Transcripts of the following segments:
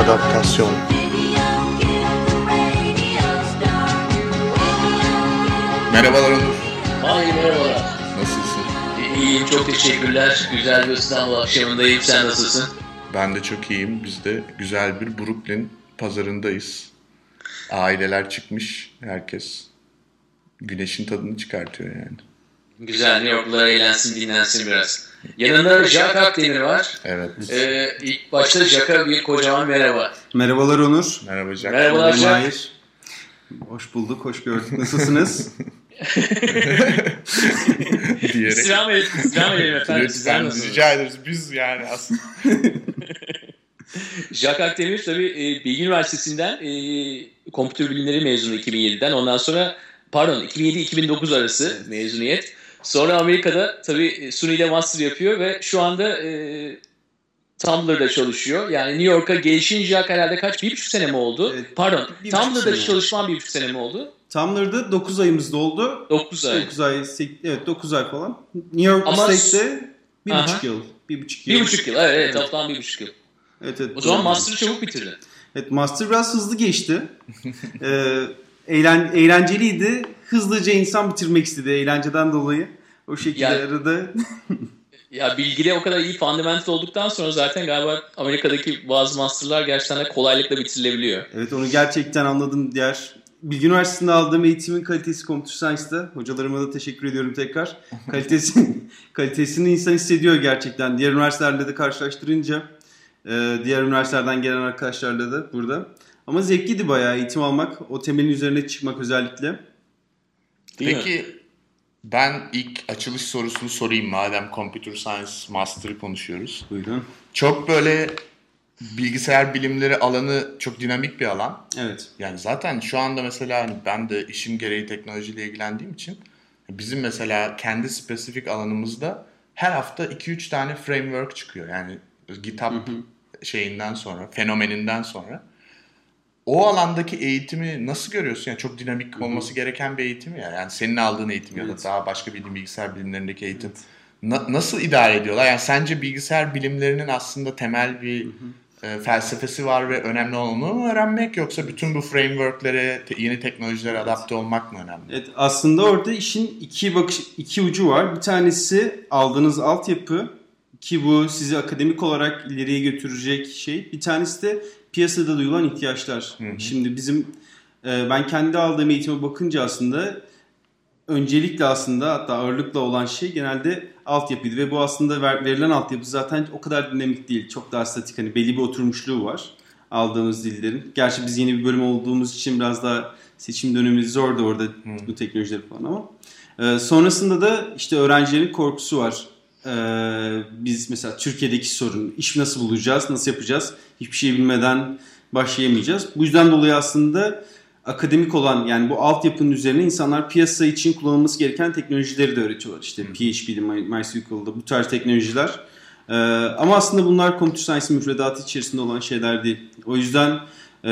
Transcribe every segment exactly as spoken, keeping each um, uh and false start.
Adaptasyon. Merhabalar Onur. Hayır, merhabalar. Nasılsın? İyiyim, çok teşekkürler. Güzel bir İstanbul akşamındayım. Sen nasılsın? Ben de çok iyiyim. Biz de güzel bir Brooklyn pazarındayız. Aileler çıkmış. Herkes güneşin tadını çıkartıyor yani. Güzel, New Yorklular eğlensin, dinlensin biraz. Yanında Jack Akdemir var. Evet. Ee, ilk başta Jack'a bir kocaman merhaba. Merhabalar Onur. Merhaba Jack. Merhabalar Jack. Hayır. Hoş bulduk, hoş gördük. Nasılsınız? Diyerek. İstirham edelim, istirham edelim efendim. Sizler Lütfen nasılsınız? rica ederiz. Biz yani aslında. Jack Akdemir tabii e, Bilgi Üniversitesi'nden e, kompütür bilimleri mezunu iki bin yediden. Ondan sonra pardon iki bin yedi iki bin dokuz arası mezuniyet. Sonra Amerika'da tabii SUNY ile master yapıyor ve şu anda e, Tumblr'da çalışıyor. Yani New York'a gelişince Jack herhalde kaç? Bir buçuk sene mi oldu? Evet, Pardon. bir buçuk Tumblr'da sene. çalışman bir buçuk sene mi oldu? Tumblr'da dokuz ayımızda oldu. dokuz ay. dokuz ay, sek- evet dokuz ay falan. New York Ama- State'de bir Aha. buçuk yıl. Bir buçuk yıl. Bir buçuk yıl. Evet, evet, toplam bir buçuk yıl. Evet, evet, O zaman doğru. master'ı çabuk bitirdin. Evet, master biraz hızlı geçti. ee, eğlen, eğlenceliydi. Hızlıca insan bitirmek istedi eğlenceden dolayı. O şekilde Yani- arada. Ya bilgide o kadar iyi fundamental olduktan sonra zaten galiba Amerika'daki bazı master'lar gerçekten de kolaylıkla bitirilebiliyor. Evet, onu gerçekten anladım. Diğer Bilgi Üniversitesi'nde aldığım eğitimin kalitesi Computer Science'da. Hocalarıma da teşekkür ediyorum tekrar. Kalitesi, kalitesini insan hissediyor gerçekten. Diğer üniversitelerle de karşılaştırınca, e, diğer üniversitelerden gelen arkadaşlarla da burada. Ama zevkliydi bayağı eğitim almak. O temelin üzerine çıkmak özellikle. Değil mi? Peki ben ilk açılış sorusunu sorayım madem Computer Science Master'ı konuşuyoruz. Buyurun. Çok böyle bilgisayar bilimleri alanı çok dinamik bir alan. Evet. Yani zaten şu anda mesela hani ben de işim gereği teknolojiyle ilgilendiğim için bizim mesela kendi spesifik alanımızda her hafta iki üç tane framework çıkıyor. Yani GitHub şeyinden sonra, fenomeninden sonra. O alandaki eğitimi nasıl görüyorsun? Yani çok dinamik olması gereken bir eğitim ya. Yani senin aldığın eğitim ya da Evet. daha başka bildiğin bilgisayar bilimlerindeki eğitim. Na- nasıl idare ediyorlar? Yani sence bilgisayar bilimlerinin aslında temel bir e, felsefesi var ve önemli olan onu mu öğrenmek yoksa bütün bu frameworklere, te- yeni teknolojilere adapte olmak mı önemli? Evet, aslında orada işin iki bakış iki ucu var. Bir tanesi aldığınız altyapı ki bu sizi akademik olarak ileriye götürecek şey. Bir tanesi de piyasada duyulan ihtiyaçlar. Hı hı. Şimdi bizim e, ben kendi aldığım eğitime bakınca aslında öncelikle aslında hatta ağırlıkla olan şey genelde altyapıydı ve bu aslında ver, verilen altyapı zaten o kadar dinamik değil. Çok daha statik, hani belli bir oturmuşluğu var aldığımız dillerin. Gerçi biz yeni bir bölüm olduğumuz için biraz daha seçim dönemimiz zordu orada bu teknolojileri falan ama. Ee, sonrasında da işte öğrencilerin korkusu var. Ee, biz mesela Türkiye'deki sorun, iş nasıl bulacağız, nasıl yapacağız, hiçbir şey bilmeden başlayamayacağız. Bu yüzden dolayı aslında akademik olan yani bu altyapının üzerine insanlar piyasa için kullanılması gereken teknolojileri de öğretiyorlar. İşte P H P'de, MySQL'da bu tarz teknolojiler. Ee, ama aslında bunlar Computer Science müfredatı içerisinde olan şeyler değil. O yüzden e,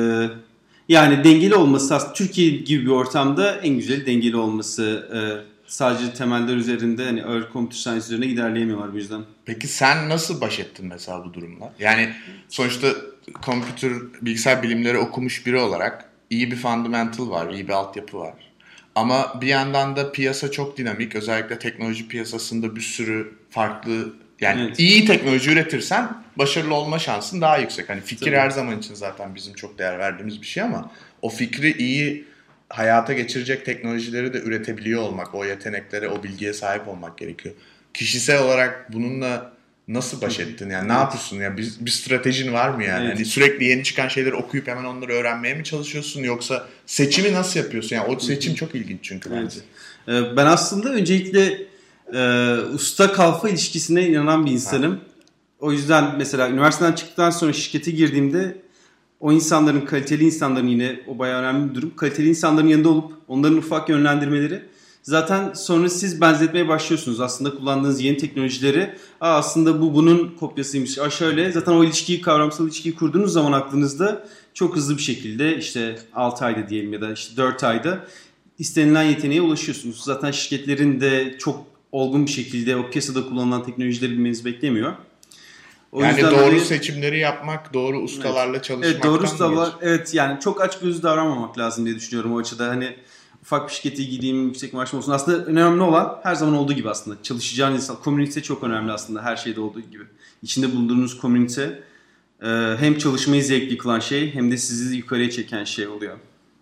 yani dengeli olması aslında Türkiye gibi bir ortamda en güzeli dengeli olması. E, sadece temeller üzerinde hani ağır Computer Science üzerine ilerleyemiyorlar bu yüzden. Peki sen nasıl baş ettin mesela bu durumla? Yani sonuçta computer, bilgisayar bilimleri okumuş biri olarak iyi bir fundamental var, iyi bir altyapı var. Ama bir yandan da piyasa çok dinamik. Özellikle teknoloji piyasasında bir sürü farklı yani Evet. iyi teknoloji üretirsen başarılı olma şansın daha yüksek. Hani fikir Tabii. her zaman için zaten bizim çok değer verdiğimiz bir şey ama o fikri iyi hayata geçirecek teknolojileri de üretebiliyor olmak, o yeteneklere, o bilgiye sahip olmak gerekiyor. Kişisel olarak bununla nasıl baş ettin? Yani ne yapıyorsun? Yani bir, bir stratejin var mı yani? Evet. Hani sürekli yeni çıkan şeyleri okuyup hemen onları öğrenmeye mi çalışıyorsun yoksa seçimi nasıl yapıyorsun? Yani o seçim çok ilginç çünkü bence. Evet. Ee, ben aslında öncelikle e, usta kalfa ilişkisine inanan bir insanım. Ha. O yüzden mesela üniversiteden çıktıktan sonra şirkete girdiğimde o insanların, kaliteli insanların yine o bayağı önemli bir durum. Kaliteli insanların yanında olup onların ufak yönlendirmeleri. Zaten sonra siz benzetmeye başlıyorsunuz aslında kullandığınız yeni teknolojileri. Aa, aslında bu bunun kopyasıymış. Aa, şöyle zaten o ilişkiyi, kavramsal ilişkiyi kurduğunuz zaman aklınızda çok hızlı bir şekilde işte altı ayda diyelim ya da işte dört ayda istenilen yeteneğe ulaşıyorsunuz. Zaten şirketlerin de çok olgun bir şekilde o piyasada kullanılan teknolojileri bilmenizi beklemiyor. O yani yüzden doğru hani, seçimleri yapmak, doğru ustalarla evet, çalışmaktan evet, doğru ustalar, geçiyor. evet yani çok açgözlü davranmamak lazım diye düşünüyorum o açıda. Hani ufak bir şirkete gideyim, yüksek maaşım olsun. Aslında önemli olan her zaman olduğu gibi aslında. Çalışacağın insan, komünite çok önemli aslında her şeyde olduğu gibi. İçinde bulunduğunuz komünite hem çalışmayı zevkli kılan şey hem de sizi yukarıya çeken şey oluyor.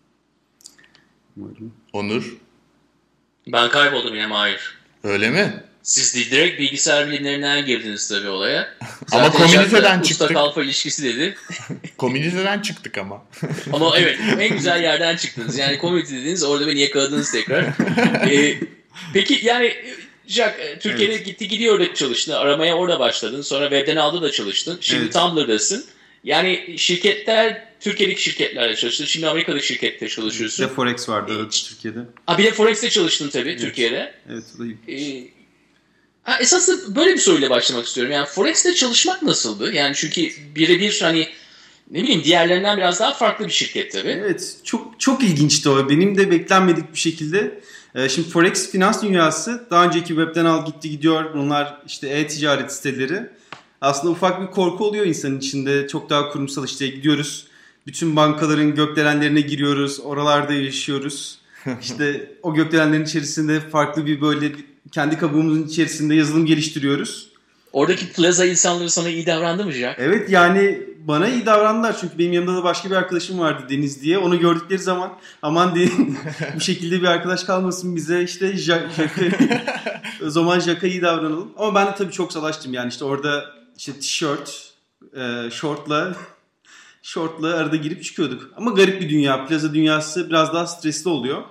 Umarım. Onur? Ben kayboldum ya Mahir. Öyle mi? Siz de direkt bilgisayar bilimlerinden girdiniz tabii olaya. Ama Zaten komüniteden usta çıktık. kalfa ilişkisi dedi. Komüniteden çıktık ama. Ama evet en güzel yerden çıktınız. Yani komünite dediniz orada beni yakaladınız tekrar. ee, peki yani Jack Türkiye'de evet. gitti gidiyor orada çalıştın. Aramaya orada başladın. Sonra webden aldı da çalıştın. Şimdi evet. Tumblr'dasın. Yani şirketler, Türkiye'deki şirketlerle çalıştın. Şimdi Amerika'daki şirkette çalışıyorsun. Bir de Forex vardı ee, Türkiye'de. Ha, bir de Forex'te çalıştın tabii evet. Türkiye'de. Evet. O da ee, ha, esasında böyle bir soruyla başlamak istiyorum. Yani Forex'te çalışmak nasıldı? Yani çünkü birebir hani ne bileyim diğerlerinden biraz daha farklı bir şirket tabii. Evet. Çok çok ilginçti o. Benim de beklenmedik bir şekilde. Şimdi Forex finans dünyası daha önceki webden al gitti gidiyor. Bunlar işte e-ticaret siteleri. Aslında ufak bir korku oluyor insanın içinde. Çok daha kurumsal işte gidiyoruz. Bütün bankaların gökdelenlerine giriyoruz. Oralarda yaşıyoruz. İşte o gökdelenlerin içerisinde farklı bir böyle kendi kabuğumuzun içerisinde yazılım geliştiriyoruz. Oradaki plaza insanları sana iyi davrandı mı Jack? Evet yani bana iyi davrandılar çünkü benim yanımda da başka bir arkadaşım vardı Deniz diye. Onu gördükleri zaman aman diye bu şekilde bir arkadaş kalmasın bize işte Jack'a o zaman Jack'a iyi davranalım. Ama ben de tabii çok salaştım yani işte orada işte tişört, e, şortla şortla arada girip çıkıyorduk. Ama garip bir dünya. Plaza dünyası biraz daha stresli oluyor.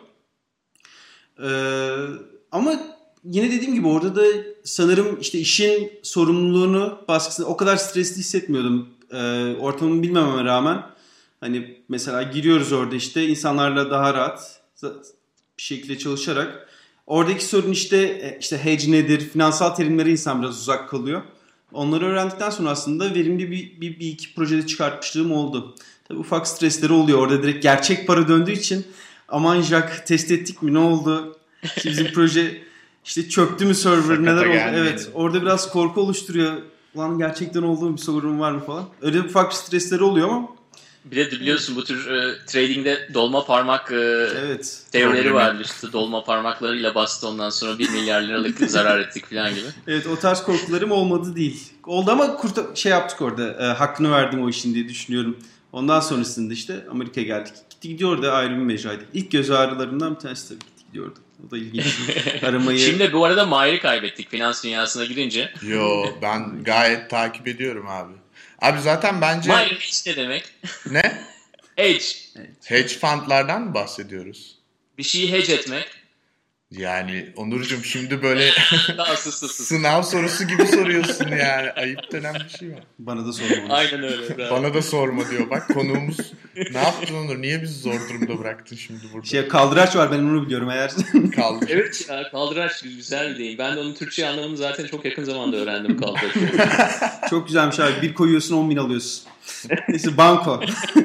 E, ama yine dediğim gibi orada da sanırım işte işin sorumluluğunu, baskısını o kadar stresli hissetmiyordum. Ee, ortamımı bilmememe rağmen hani mesela giriyoruz orada işte insanlarla daha rahat bir şekilde çalışarak. Oradaki sorun işte işte hedge nedir, finansal terimlere insan biraz uzak kalıyor. Onları öğrendikten sonra aslında verimli bir, bir, bir iki projede çıkartmışlığım oldu. Tabii ufak stresleri oluyor. Orada direkt gerçek para döndüğü için aman Jack test ettik mi ne oldu? İşte bizim proje İşte çöktü mü server neler oldu? Gelmedi. Evet orada biraz korku oluşturuyor. Lan gerçekten olduğu bir sorun var mı falan. Öyle ufak stresleri oluyor ama. Bir de biliyorsun bu tür e, tradingde dolma parmak e, evet. teorileri vardı. İşte dolma parmaklarıyla bastı ondan sonra bir milyar liralık zarar ettik falan gibi. Evet o tarz korkularım olmadı değil. Oldu ama kurta, şey yaptık orada e, hakkını verdim o işin diye düşünüyorum. Ondan sonrasında işte Amerika'ya geldik. Gitti gidiyor da ayrı bir mecraydı. İlk göz ağrılarımdan bir tanesi tabii gitti gidiyordu. O da ilginç. Aramayı... Şimdi bu arada Mahir'i kaybettik finans dünyasına girince. Yo ben gayet takip ediyorum abi. Abi zaten bence... Mahir hedge ne demek? Ne? Hedge. Hedge fundlardan mı bahsediyoruz? Bir şeyi hedge etmek. Yani Onurcuğum şimdi böyle sus, sus, sus. sınav sorusu gibi soruyorsun yani. Ayıp denen bir şey var. Bana da sorma. Aynen öyle. Bana da sorma diyor. Bak konuğumuz ne yaptın Onur? Niye bizi zor durumda bıraktın şimdi burada? Şey kaldıraç var ben onu biliyorum eğer. Kaldıraç. Evet ya kaldıraç güzel değil. Ben de onun Türkçe anlamını zaten çok yakın zamanda öğrendim kaldıraç. Çok güzelmiş abi. Bir koyuyorsun on bin alıyorsun. Neyse banko.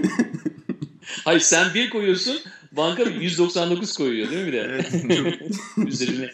Hayır sen bir koyuyorsun. Banka yüz doksan dokuz koyuyor değil mi bir de? Evet. Çok... Üzerine.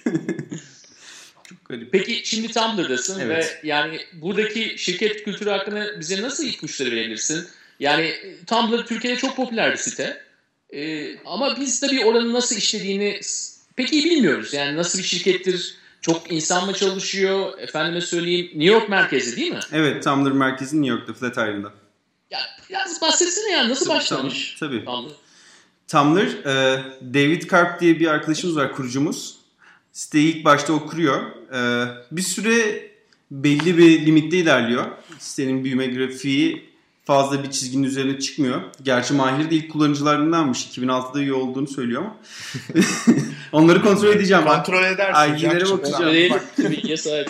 Çok garip. Peki şimdi Tumblr'dasın evet. ve yani buradaki şirket kültürü hakkında bize nasıl ipuçları verebilirsin? Yani Tumblr Türkiye'de çok popüler bir site. Ee, ama biz tabii oranın nasıl işlediğini pek iyi bilmiyoruz. Yani nasıl bir şirkettir? Çok insan mı çalışıyor? Efendime söyleyeyim New York merkezi değil mi? Evet Tumblr merkezi New York'ta Flatirion'da. Ya biraz bahsetsene ya nasıl tabii, başlamış? Tabii. Tumblr. Tumblr, e, David Karp diye bir arkadaşımız var, kurucumuz. Siteyi ilk başta o kuruyor. E, bir süre belli bir limitte ilerliyor. Sitenin büyüme grafiği fazla bir çizginin üzerine çıkmıyor. Gerçi Mahir de ilk kullanıcılarındanmış. iki bin altıda üye olduğunu söylüyor ama. Onları kontrol edeceğim. Kontrol edersin. I D'lere bakacağım. Bilgiye sahip.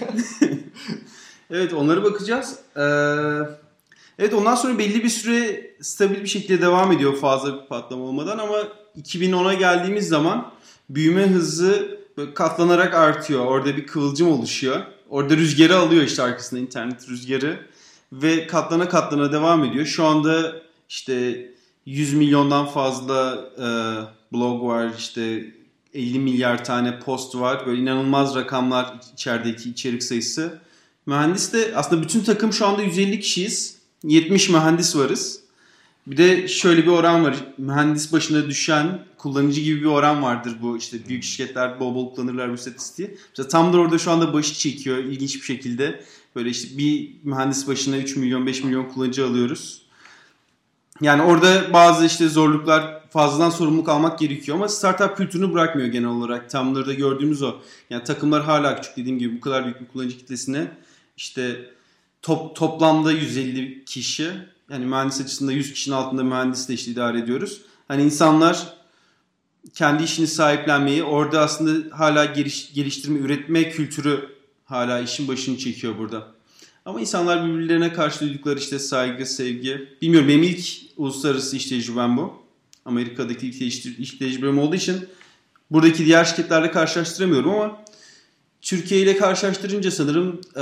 Evet onlara bakacağız. Eee... Evet ondan sonra belli bir süre stabil bir şekilde devam ediyor fazla bir patlama olmadan ama iki bin ona geldiğimiz zaman büyüme hızı katlanarak artıyor. Orada bir kıvılcım oluşuyor. Orada rüzgarı alıyor işte arkasında internet rüzgarı ve katlana katlana devam ediyor. Şu anda işte yüz milyondan fazla e, blog var, işte elli milyar tane post var. Böyle inanılmaz rakamlar içerideki içerik sayısı. Mühendis de aslında bütün takım şu anda yüz elli kişiyiz. yetmiş mühendis varız. Bir de şöyle bir oran var. Mühendis başına düşen kullanıcı gibi bir oran vardır bu. İşte büyük şirketler bol bol kullanırlar bu istatistiği. Mesela Tumblr orada şu anda başı çekiyor ilginç bir şekilde. Böyle işte bir mühendis başına üç milyon beş milyon kullanıcı alıyoruz. Yani orada bazı işte zorluklar, fazladan sorumluluk almak gerekiyor ama startup kültürünü bırakmıyor genel olarak. Tumblr'da gördüğümüz o. Yani takımlar hala küçük, dediğim gibi bu kadar büyük bir kullanıcı kitlesine işte top, toplamda yüz elli kişi, yani mühendis açısından yüz kişinin altında mühendisle işte idare ediyoruz. Hani insanlar kendi işini sahiplenmeyi, orada aslında hala geliş, geliştirme, üretme kültürü hala işin başını çekiyor burada. Ama insanlar birbirlerine karşı duydukları işte saygı, sevgi. Bilmiyorum, benim ilk uluslararası iş tecrübem bu. Amerika'daki ilk iş, iş tecrübem olduğu için buradaki diğer şirketlerle karşılaştıramıyorum ama Türkiye ile karşılaştırınca sanırım ee,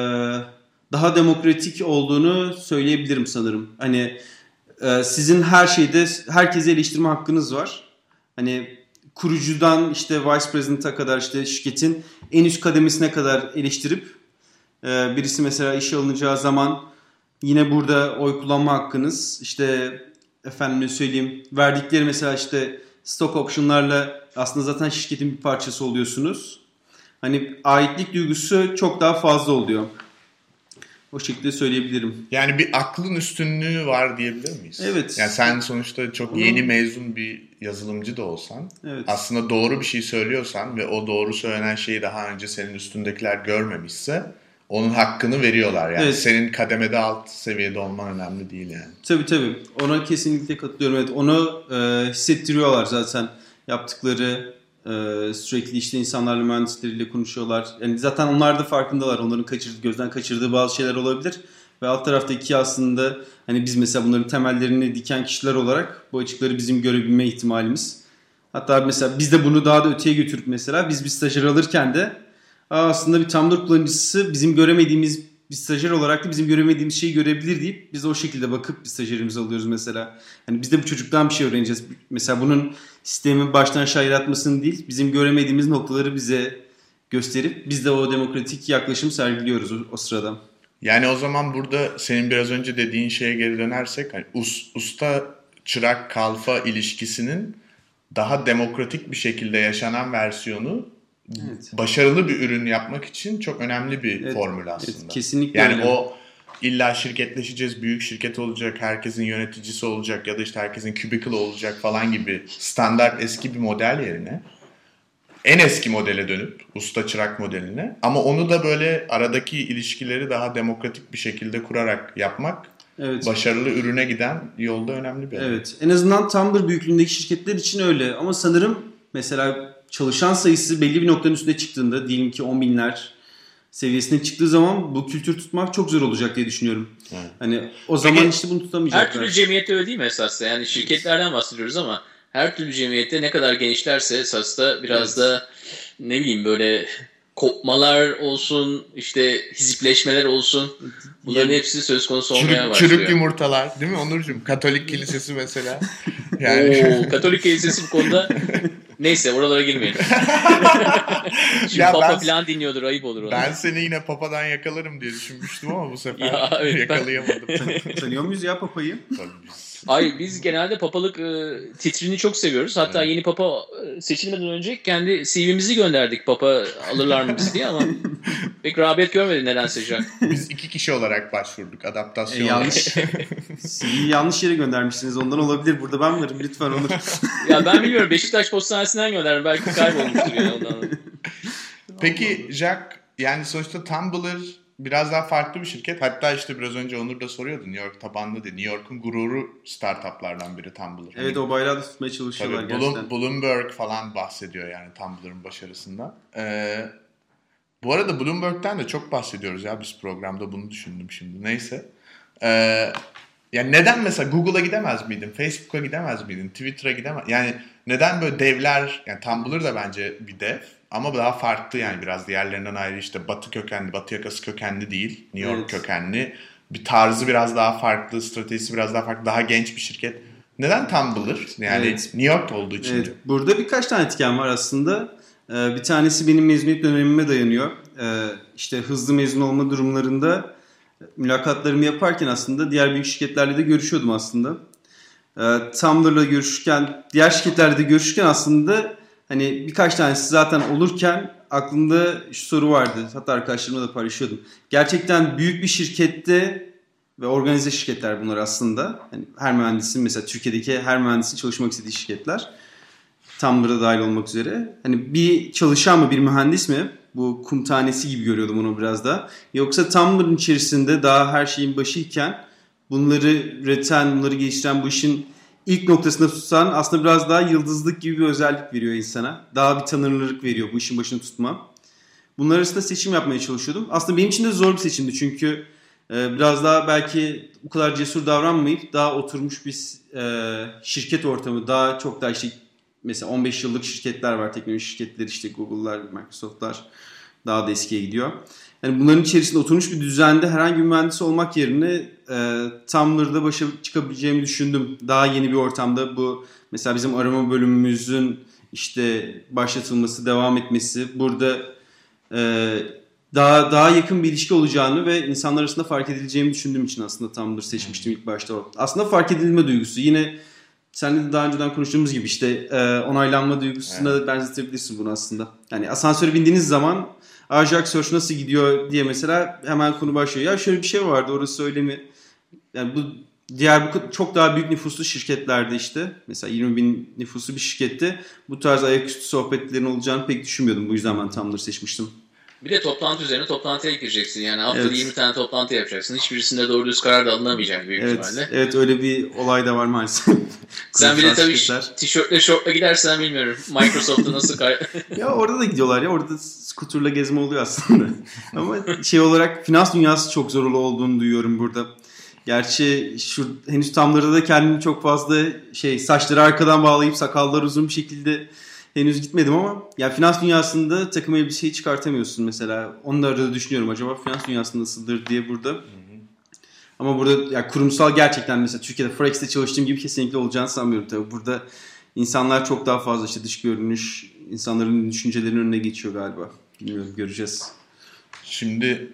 daha demokratik olduğunu söyleyebilirim sanırım. Hani ee, sizin her şeyde herkese eleştirme hakkınız var. Hani kurucudan işte vice president'a kadar, işte şirketin en üst kademesine kadar eleştirip ee, birisi mesela işe alınacağı zaman yine burada oy kullanma hakkınız. İşte efendime söyleyeyim, verdikleri mesela işte stock option'larla aslında zaten şirketin bir parçası oluyorsunuz. Hani aitlik duygusu çok daha fazla oluyor. O şekilde söyleyebilirim. Yani bir aklın üstünlüğü var diyebilir miyiz? Evet. Yani sen sonuçta çok yeni mezun bir yazılımcı da olsan, evet, aslında doğru bir şey söylüyorsan ve o doğru söylenen şeyi daha önce senin üstündekiler görmemişse onun hakkını veriyorlar. Yani evet, senin kademede alt seviyede olman önemli değil yani. Tabii tabii. Ona kesinlikle katılıyorum. Evet, onu e, hissettiriyorlar zaten yaptıkları. Ee, sürekli işte insanlarla, mühendisleriyle konuşuyorlar. Yani zaten onlar da farkındalar. Onların kaçırdığı, gözden kaçırdığı bazı şeyler olabilir. Ve alt taraftaki aslında hani biz mesela bunların temellerini diken kişiler olarak bu açıkları bizim görebilme ihtimalimiz. Hatta mesela biz de bunu daha da öteye götürüp mesela biz bir stajyer alırken de aslında bir Tumblr kullanıcısı bizim göremediğimiz bir stajyer olarak da bizim göremediğimiz şeyi görebilir deyip biz o şekilde bakıp bir stajyerimizi alıyoruz mesela. Hani biz de bu çocuktan bir şey öğreneceğiz. Mesela bunun sistemin baştan aşağı yaratmasını değil, bizim göremediğimiz noktaları bize gösterip biz de o demokratik yaklaşımı sergiliyoruz o, o sırada. Yani o zaman burada senin biraz önce dediğin şeye geri dönersek hani us, usta çırak kalfa ilişkisinin daha demokratik bir şekilde yaşanan versiyonu, evet, başarılı bir ürün yapmak için çok önemli bir evet, formül aslında. Evet, kesinlikle yani öyle. O illa şirketleşeceğiz, büyük şirket olacak, herkesin yöneticisi olacak ya da işte herkesin cubicle olacak falan gibi standart eski bir model yerine en eski modele dönüp usta çırak modeline, ama onu da böyle aradaki ilişkileri daha demokratik bir şekilde kurarak yapmak, evet, başarılı ürüne giden yolda önemli bir adım. Evet. En azından Tumblr büyüklüğündeki şirketler için öyle. Ama sanırım mesela çalışan sayısı belli bir noktanın üstüne çıktığında, diyelim ki on binler seviyesine çıktığı zaman bu kültür tutmak çok zor olacak diye düşünüyorum. Evet. Hani o zaman Peki, işte bunu tutamayacaklar. Her türlü cemiyette öyle değil mi esasında? Yani şirketlerden bahsediyoruz ama her türlü cemiyette ne kadar genişlerse esasında biraz evet, da ne bileyim böyle kopmalar olsun, işte hizipleşmeler olsun. Bunların yani, hepsi söz konusu olmaya çürük, başlıyor. Çürük yumurtalar değil mi Onurcuğum? Katolik kilisesi mesela. Yani... Oo, Katolik kilisesi bu konuda... Neyse oralara girmeyelim. Şimdi ya Papa ben, falan dinliyordur, ayıp olur ona. Ben seni yine Papa'dan yakalarım diye düşünmüştüm ama bu sefer ya, evet, yakalayamadım. Ben... Tanıyor muyuz ya Papa'yı? Tabii biz. Hayır, biz genelde papalık e, titrini çok seviyoruz. Hatta evet, yeni papa seçilmeden önce kendi C V'mizi gönderdik, papa alırlar mı bizi diye, ama pek rağbet görmedi nedense Jack. Biz iki kişi olarak başvurduk, adaptasyon. E, yanlış. C V'yi yanlış yere göndermişsiniz, ondan olabilir. Burada ben varım, lütfen Onur. Ya ben bilmiyorum, Beşiktaş postanesinden gönderdim, belki kaybolmuştur yani ondan. Peki Jack, yani sonuçta Tumblr biraz daha farklı bir şirket. Hatta işte biraz önce Onur da soruyordu, New York tabanlı diye. New York'un gururu startuplardan biri Tumblr. Evet, o bayrağı da tutmaya çalışıyorlar tabii, gerçekten. Bloomberg falan bahsediyor yani Tumblr'ın başarısından. Ee, bu arada Bloomberg'den de çok bahsediyoruz ya biz programda, bunu düşündüm şimdi. Neyse. Ee, yani neden mesela Google'a gidemez miydin? Facebook'a gidemez miydin? Twitter'a gidemez. Yani neden böyle devler, yani Tumblr da bence bir dev. Ama daha farklı yani, biraz diğerlerinden ayrı, işte batı kökenli, batı yakası kökenli değil. New York evet, kökenli. Bir tarzı biraz daha farklı, stratejisi biraz daha farklı, daha genç bir şirket. Neden Tumblr? Yani evet, New York olduğu için. Evet. Burada birkaç tane etken var aslında. Ee, bir tanesi benim mezuniyet dönemime dayanıyor. Ee, işte hızlı mezun olma durumlarında mülakatlarımı yaparken aslında diğer büyük şirketlerle de görüşüyordum aslında. Ee, Tumblr'la görüşürken, diğer şirketlerle de görüşürken aslında hani birkaç tanesi zaten olurken aklımda şu soru vardı. Hatta arkadaşlarımla da paylaşıyordum. Gerçekten büyük bir şirkette ve organize şirketler bunlar aslında. Yani her mühendisin, mesela Türkiye'deki her mühendisin çalışmak istediği şirketler. Tumblr'a dahil olmak üzere. Hani bir çalışan mı, bir mühendis mi? Bu kum tanesi gibi görüyordum onu biraz da. Yoksa Tumblr'ın içerisinde daha her şeyin başıyken bunları üreten, bunları geliştiren, bu işin ilk noktasında tutan aslında biraz daha yıldızlık gibi bir özellik veriyor insana. Daha bir tanınırlık veriyor bu işin başını tutma. Bunlar arasında seçim yapmaya çalışıyordum. Aslında benim için de zor bir seçimdi çünkü e, biraz daha belki bu kadar cesur davranmayıp daha oturmuş bir e, şirket ortamı, daha çok daha işte mesela on beş yıllık şirketler var, teknoloji şirketleri, işte Google'lar, Microsoft'lar daha da eskiye gidiyor. Yani bunların içerisinde oturmuş bir düzende herhangi bir mühendis olmak yerine e, Tumblr'da başa çıkabileceğimi düşündüm. Daha yeni bir ortamda bu mesela bizim arama bölümümüzün işte başlatılması, devam etmesi, burada e, daha daha yakın bir ilişki olacağını ve insanlar arasında fark edileceğimi düşündüğüm için aslında Tumblr seçmiştim ilk başta. Aslında fark edilme duygusu yine seninle de daha önceden konuştuğumuz gibi işte e, onaylanma duygusuna evet. benzetebilirsin bunu aslında. Yani asansöre bindiğiniz zaman Ajax Search nasıl gidiyor diye mesela hemen konu başlıyor. Ya şöyle bir şey vardı, orası öyle mi? Yani bu diğer bu çok daha büyük nüfuslu şirketlerde işte mesela yirmi bin nüfuslu bir şirkette bu tarz ayaküstü sohbetlerin olacağını pek düşünmüyordum. Bu yüzden ben Tumblr seçmiştim. Bir de toplantı üzerine toplantıya gireceksin. Yani haftada evet. yirmi tane toplantı yapacaksın. Hiçbirisinde doğru düz karar da alınamayacak büyük evet, ihtimalle. Evet, öyle bir olay da var maalesef. Sen bir de tabii tişörtle şortla gidersen bilmiyorum. Microsoft'ta nasıl kay... Ya orada da gidiyorlar ya. Orada skuterla gezme oluyor aslında. Ama şey olarak finans dünyası çok zorlu olduğunu duyuyorum burada. Gerçi şu henüz Tumblr'da da kendimi çok fazla şey saçları arkadan bağlayıp sakallar uzun bir şekilde henüz gitmedim ama ya finans dünyasında takım elbiseyi çıkartamıyorsun mesela. Onu da arada düşünüyorum, acaba finans dünyasında nasıldır diye burada. Hı hı. Ama burada ya kurumsal gerçekten mesela Türkiye'de Forex'te çalıştığım gibi kesinlikle olacağını sanmıyorum tabii. Burada insanlar çok daha fazla işte dış görünüş, insanların düşüncelerinin önüne geçiyor galiba. Bilmiyorum, göreceğiz. Şimdi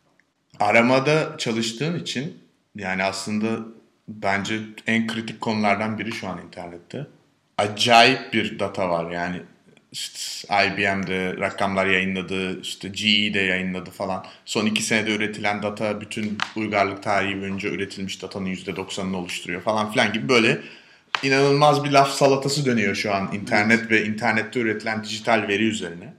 aramada çalıştığın için yani aslında bence en kritik konulardan biri şu an internette. Acayip bir data var yani işte I B M'de rakamlar yayınladı, işte G E'de yayınladı falan. Son iki senede üretilen data bütün uygarlık tarihi boyunca üretilmiş datanın yüzde doksanını oluşturuyor falan filan gibi böyle inanılmaz bir laf salatası dönüyor şu an internet evet. ve internette üretilen dijital veri üzerine.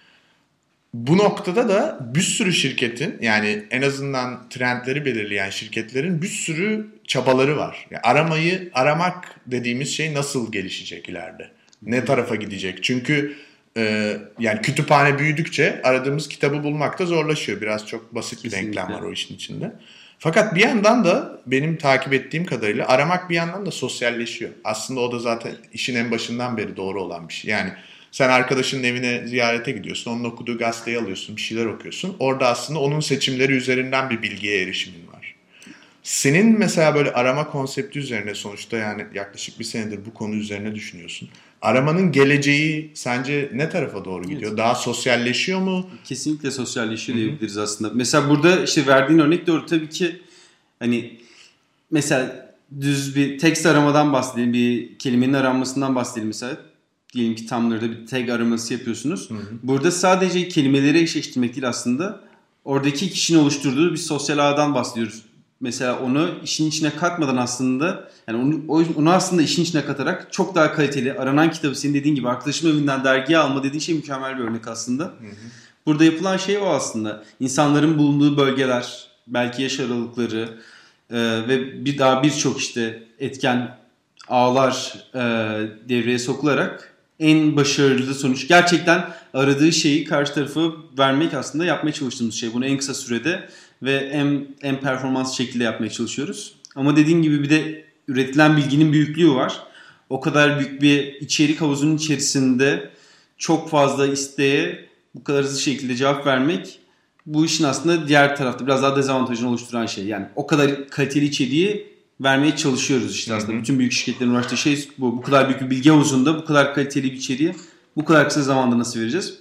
Bu noktada da bir sürü şirketin yani en azından trendleri belirleyen şirketlerin bir sürü çabaları var. Yani aramayı, aramak dediğimiz şey nasıl gelişecek ileride? Ne tarafa gidecek? Çünkü e, yani kütüphane büyüdükçe aradığımız kitabı bulmak da zorlaşıyor. Biraz çok basit bir Kesinlikle. denklem var o işin içinde. Fakat bir yandan da benim takip ettiğim kadarıyla aramak bir yandan da sosyalleşiyor. Aslında o da zaten işin en başından beri doğru olan bir şey. Yani sen arkadaşının evine ziyarete gidiyorsun, onun okuduğu gazeteyi alıyorsun, bir şeyler okuyorsun. Orada aslında onun seçimleri üzerinden bir bilgiye erişimin var. Senin mesela böyle arama konsepti üzerine sonuçta yani yaklaşık bir senedir bu konu üzerine düşünüyorsun. Aramanın geleceği sence ne tarafa doğru gidiyor? Evet. Daha sosyalleşiyor mu? Kesinlikle sosyalleşiyor Hı-hı. diyebiliriz aslında. Mesela burada işte verdiğin örnek doğru tabii ki hani mesela düz bir text aramadan bahsedelim, bir kelimenin aranmasından bahsedelim mesela. Diyelim ki Tumblr'da bir tag araması yapıyorsunuz. Hı hı. Burada sadece kelimeleri eşleştirmek değil aslında. Oradaki kişinin oluşturduğu bir sosyal ağdan bahsediyoruz. Mesela onu işin içine katmadan aslında yani onu, onu aslında işin içine katarak çok daha kaliteli aranan kitabı senin dediğin gibi arkadaşımın evinden dergiye alma dediğin şey mükemmel bir örnek aslında. Hı hı. Burada yapılan şey o aslında. İnsanların bulunduğu bölgeler, belki yaş aralıkları e, ve bir daha birçok işte etken ağlar e, devreye sokularak en başarılı sonuç gerçekten aradığı şeyi karşı tarafa vermek aslında yapmaya çalıştığımız şey. Bunu en kısa sürede ve en, en performans şekilde yapmaya çalışıyoruz. Ama dediğim gibi bir de üretilen bilginin büyüklüğü var. O kadar büyük bir içerik havuzunun içerisinde çok fazla isteğe bu kadar hızlı şekilde cevap vermek bu işin aslında diğer tarafta biraz daha dezavantajını oluşturan şey. Yani o kadar kaliteli içeriği vermeye çalışıyoruz işte aslında. Hı hı. Bütün büyük şirketlerin uğraştığı şey bu. Bu kadar büyük bir bilgi havuzunda bu kadar kaliteli bir içeriği bu kadar kısa zamanda nasıl vereceğiz?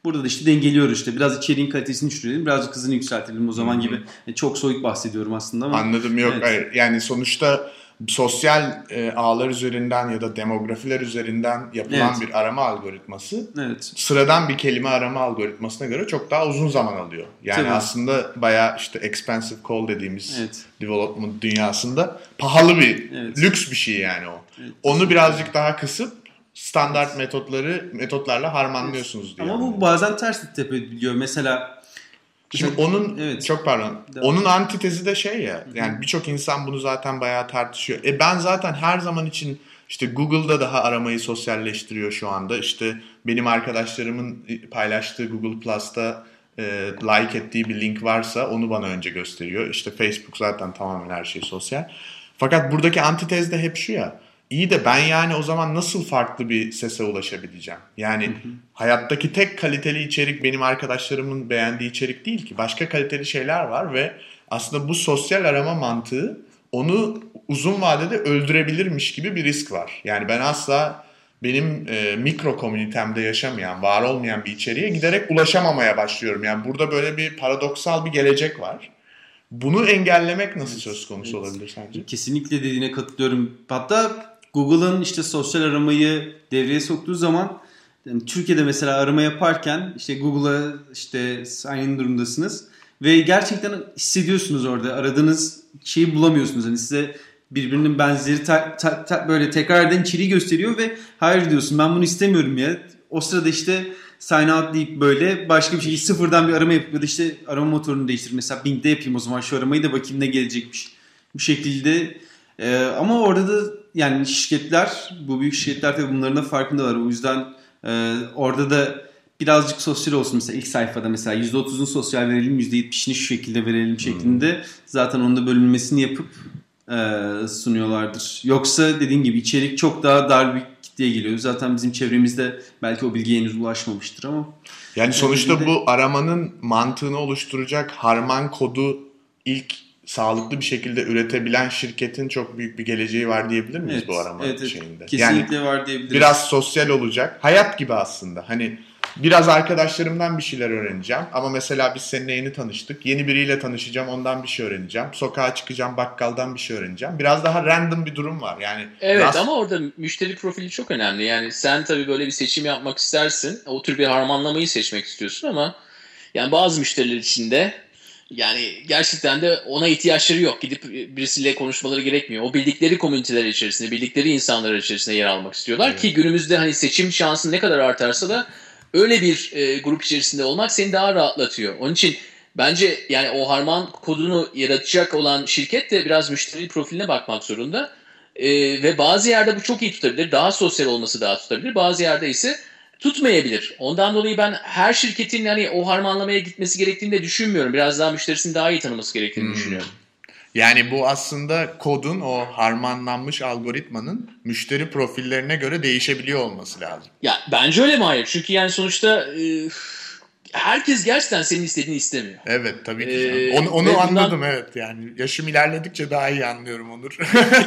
Burada da işte dengeliyoruz işte. Biraz içeriğin kalitesini düşürelim, birazcık hızını yükseltelim o zaman Hı-hı. gibi. Yani çok soyut bahsediyorum aslında ama. Anladım, yok evet. hayır. Yani sonuçta sosyal e, ağlar üzerinden ya da demografiler üzerinden yapılan Evet. bir arama algoritması Evet. sıradan bir kelime arama algoritmasına göre çok daha uzun zaman alıyor. Yani Tabii. aslında bayağı işte expensive call dediğimiz Evet. development dünyasında pahalı bir, Evet. lüks bir şey yani o. Evet. Onu birazcık daha kısıp standart metotları metotlarla harmanlıyorsunuz diye. Ama bu bazen ters de tepebiliyor. Mesela Şimdi mesela, onun evet. çok pardon. Devam. Onun antitezi de şey ya. Yani birçok insan bunu zaten bayağı tartışıyor. E ben zaten her zaman için işte Google'da daha aramayı sosyalleştiriyor şu anda. İşte benim arkadaşlarımın paylaştığı Google Plus'ta e, like ettiği bir link varsa onu bana önce gösteriyor. İşte Facebook zaten tamamen her şey sosyal. Fakat buradaki antitez de hep şu ya. İyi de ben yani o zaman nasıl farklı bir sese ulaşabileceğim? Yani hı hı. hayattaki tek kaliteli içerik benim arkadaşlarımın beğendiği içerik değil ki. Başka kaliteli şeyler var ve aslında bu sosyal arama mantığı onu uzun vadede öldürebilirmiş gibi bir risk var. Yani ben asla benim e, mikro komünitemde yaşamayan, var olmayan bir içeriğe giderek ulaşamamaya başlıyorum. Yani burada böyle bir paradoksal bir gelecek var. Bunu engellemek nasıl söz konusu evet. olabilir sence? Kesinlikle dediğine katılıyorum. Hatta Google'ın işte sosyal aramayı devreye soktuğu zaman yani Türkiye'de mesela arama yaparken işte Google'a işte aynı durumdasınız ve gerçekten hissediyorsunuz orada aradığınız şeyi bulamıyorsunuz. Yani size birbirinin benzeri ta, ta, ta, böyle tekrar eden içeriği gösteriyor ve hayır diyorsun ben bunu istemiyorum ya. O sırada işte sign out deyip böyle başka bir şey sıfırdan bir arama yapıp ya da işte arama motorunu değiştir. Mesela Bing'de yapayım o zaman şu aramayı da bakayım ne gelecekmiş. Bu şekilde ee, ama orada da yani şirketler, bu büyük şirketler tabii bunların da farkındalar. O yüzden e, orada da birazcık sosyal olsun. Mesela ilk sayfada mesela yüzde otuzunu sosyal verelim, yüzde yetmişini şu şekilde verelim şeklinde hmm. zaten onun da bölünmesini yapıp e, sunuyorlardır. Yoksa dediğim gibi içerik çok daha dar bir kitleye geliyor. Zaten bizim çevremizde belki o bilgiye henüz ulaşmamıştır ama. Yani sonuçta yani bu aramanın mantığını oluşturacak harman kodu ilk sağlıklı bir şekilde üretebilen şirketin çok büyük bir geleceği var diyebilir miyiz evet, bu arama evet, evet. şeyinde? Kesinlikle yani var diyebiliriz. Biraz sosyal olacak. Hayat gibi aslında. Hani biraz arkadaşlarımdan bir şeyler öğreneceğim. Ama mesela biz seninle yeni tanıştık. Yeni biriyle tanışacağım. Ondan bir şey öğreneceğim. Sokağa çıkacağım. Bakkaldan bir şey öğreneceğim. Biraz daha random bir durum var. Yani evet rast... ama orada müşteri profili çok önemli. Yani sen tabii böyle bir seçim yapmak istersin. O tür bir harmanlamayı seçmek istiyorsun ama yani bazı müşteriler için de yani gerçekten de ona ihtiyaçları yok. Gidip birisiyle konuşmaları gerekmiyor. O bildikleri komüniteler içerisinde, bildikleri insanlar içerisinde yer almak istiyorlar evet. Ki günümüzde hani seçim şansı ne kadar artarsa da öyle bir e, grup içerisinde olmak seni daha rahatlatıyor. Onun için bence yani o harman kodunu yaratacak olan şirket de biraz müşteri profiline bakmak zorunda. E, ve bazı yerde bu çok iyi tutabilir. Daha sosyal olması daha tutabilir. Bazı yerde ise tutmayabilir. Ondan dolayı ben her şirketin hani o harmanlamaya gitmesi gerektiğini de düşünmüyorum. Biraz daha müşterisini daha iyi tanıması gerektiğini hmm. düşünüyorum. Yani bu aslında kodun, o harmanlanmış algoritmanın müşteri profillerine göre değişebiliyor olması lazım. Ya bence öyle mi? Hayır. Çünkü yani sonuçta e, herkes gerçekten senin istediğini istemiyor. Evet tabii ki. Ee, onu onu bundan... anladım evet yani. Yaşım ilerledikçe daha iyi anlıyorum Onur.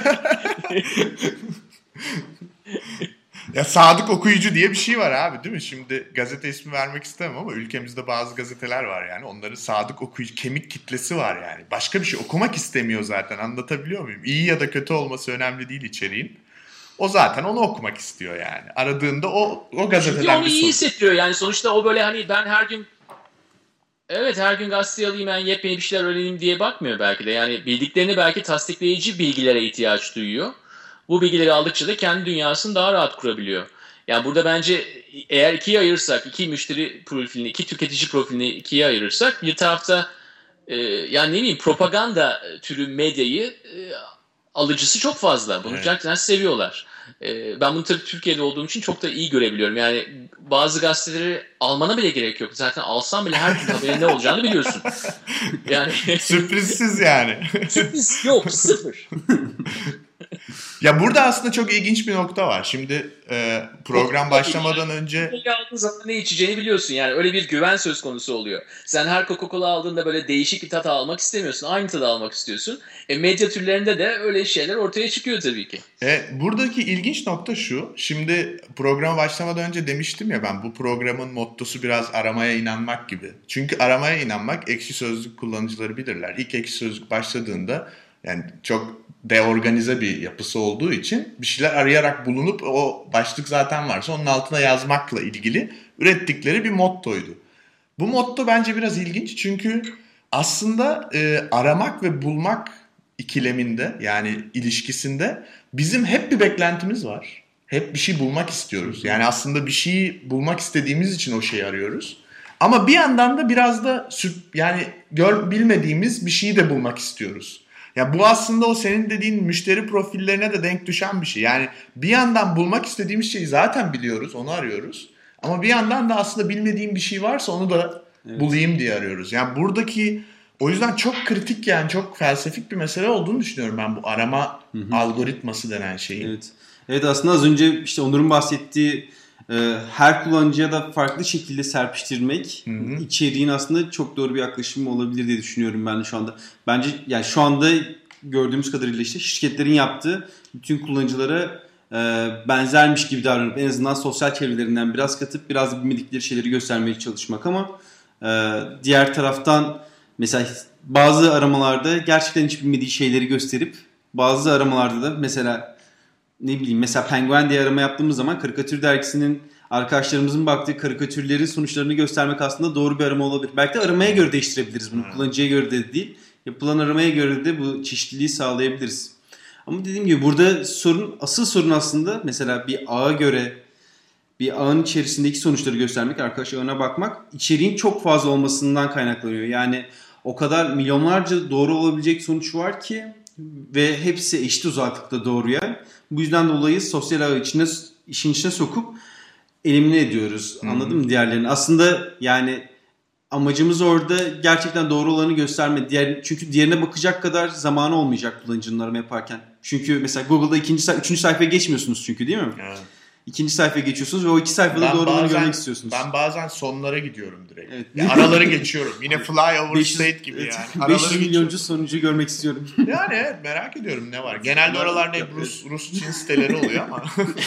Ya sadık okuyucu diye bir şey var abi değil mi? Şimdi gazete ismi vermek istemem ama ülkemizde bazı gazeteler var yani. Onların sadık okuyucu, kemik kitlesi var yani. Başka bir şey okumak istemiyor zaten, anlatabiliyor muyum? İyi ya da kötü olması önemli değil içeriğin. O zaten onu okumak istiyor yani. Aradığında o o gazeteden çünkü onu bir iyi soru. hissettiriyor yani sonuçta o böyle hani ben her gün evet her gün gazete alayım yani yepyeni bir şeyler öğreneyim diye bakmıyor belki de. Yani bildiklerini belki tasdikleyici bilgilere ihtiyaç duyuyor. Bu bilgileri aldıkça da kendi dünyasını daha rahat kurabiliyor. Yani burada bence eğer ikiye ayırırsak, iki müşteri profilini, iki tüketici profilini ikiye ayırırsak bir tarafta e, yani ne bileyim propaganda türü medyayı e, alıcısı çok fazla. Bunu evet. Gerçekten seviyorlar. E, ben bunu tabii Türkiye'de olduğum için çok da iyi görebiliyorum. Yani bazı gazeteleri almana bile gerek yok. Zaten alsan bile her gün haberin ne olacağını biliyorsun. Yani sürprizsiz yani. Sürpriz yok, sıfır. Ya burada aslında çok ilginç bir nokta var. Şimdi e, program başlamadan önce... aldığın zaman ne içeceğini biliyorsun. Yani öyle bir güven söz konusu oluyor. Sen her Coca-Cola aldığında böyle değişik bir tat almak istemiyorsun. Aynı tadı almak istiyorsun. E, medya türlerinde de öyle şeyler ortaya çıkıyor tabii ki. E, buradaki ilginç nokta şu. Şimdi program başlamadan önce demiştim ya ben bu programın mottosu biraz aramaya inanmak gibi. Çünkü aramaya inanmak Ekşi Sözlük kullanıcıları bilirler. İlk Ekşi Sözlük başladığında yani çok deorganize bir yapısı olduğu için bir şeyler arayarak bulunup o başlık zaten varsa onun altına yazmakla ilgili ürettikleri bir mottoydu. Bu motto bence biraz ilginç çünkü aslında e, aramak ve bulmak ikileminde yani ilişkisinde bizim hep bir beklentimiz var. Hep bir şey bulmak istiyoruz. Yani aslında bir şeyi bulmak istediğimiz için o şeyi arıyoruz. Ama bir yandan da biraz da yani gör, bilmediğimiz bir şeyi de bulmak istiyoruz. Ya bu aslında o senin dediğin müşteri profillerine de denk düşen bir şey. Yani bir yandan bulmak istediğimiz şeyi zaten biliyoruz, onu arıyoruz. Ama bir yandan da aslında bilmediğim bir şey varsa onu da evet. bulayım diye arıyoruz. Yani buradaki o yüzden çok kritik yani çok felsefik bir mesele olduğunu düşünüyorum ben bu arama hı hı. algoritması denen şeyi. Evet. Evet aslında az önce işte Onur'un bahsettiği e, her kullanıcıya da farklı şekilde serpiştirmek hı hı. içeriğin aslında çok doğru bir yaklaşım olabilir diye düşünüyorum ben de şu anda. Bence yani şu anda gördüğümüz kadarıyla işte şirketlerin yaptığı bütün kullanıcılara e, benzermiş gibi davranıp en azından sosyal çevrelerinden biraz katıp biraz bilmedikleri şeyleri göstermeye çalışmak ama e, diğer taraftan mesela bazı aramalarda gerçekten hiç bilmediği şeyleri gösterip bazı aramalarda da mesela ne bileyim mesela Penguin diye arama yaptığımız zaman karikatür dergisinin arkadaşlarımızın baktığı karikatürlerin sonuçlarını göstermek aslında doğru bir arama olabilir. Belki de aramaya göre değiştirebiliriz bunu. Hmm. Kullanıcıya göre de değil. Yapılan aramaya göre de bu çeşitliliği sağlayabiliriz. Ama dediğim gibi burada sorun, asıl sorun aslında mesela bir ağa göre bir ağın içerisindeki sonuçları göstermek, arkadaş ağına bakmak içeriğin çok fazla olmasından kaynaklanıyor. Yani o kadar milyonlarca doğru olabilecek sonuç var ki ve hepsi eşit uzaklıkta doğruya. Bu yüzden dolayı sosyal ağı içine, işin içine sokup elimine ediyoruz. Hmm. Anladın mı diğerlerini? Aslında yani amacımız orada gerçekten doğru olanı gösterme. Diğer, çünkü diğerine bakacak kadar zamanı olmayacak kullanıcının arama yaparken. Çünkü mesela Google'da ikinci, üçüncü sayfaya geçmiyorsunuz çünkü değil mi? Evet. İkinci sayfaya geçiyorsunuz ve o iki sayfada ben doğru bazen, olanı görmek istiyorsunuz. Ben bazen sonlara gidiyorum direkt. Evet. Yani araları geçiyorum. Yine fly over state gibi evet, yani. Araları beş yüz milyoncu sonucu görmek istiyorum. Yani evet merak ediyorum ne var. Genelde oralarda hep Rus, Rus Çin siteleri oluyor ama.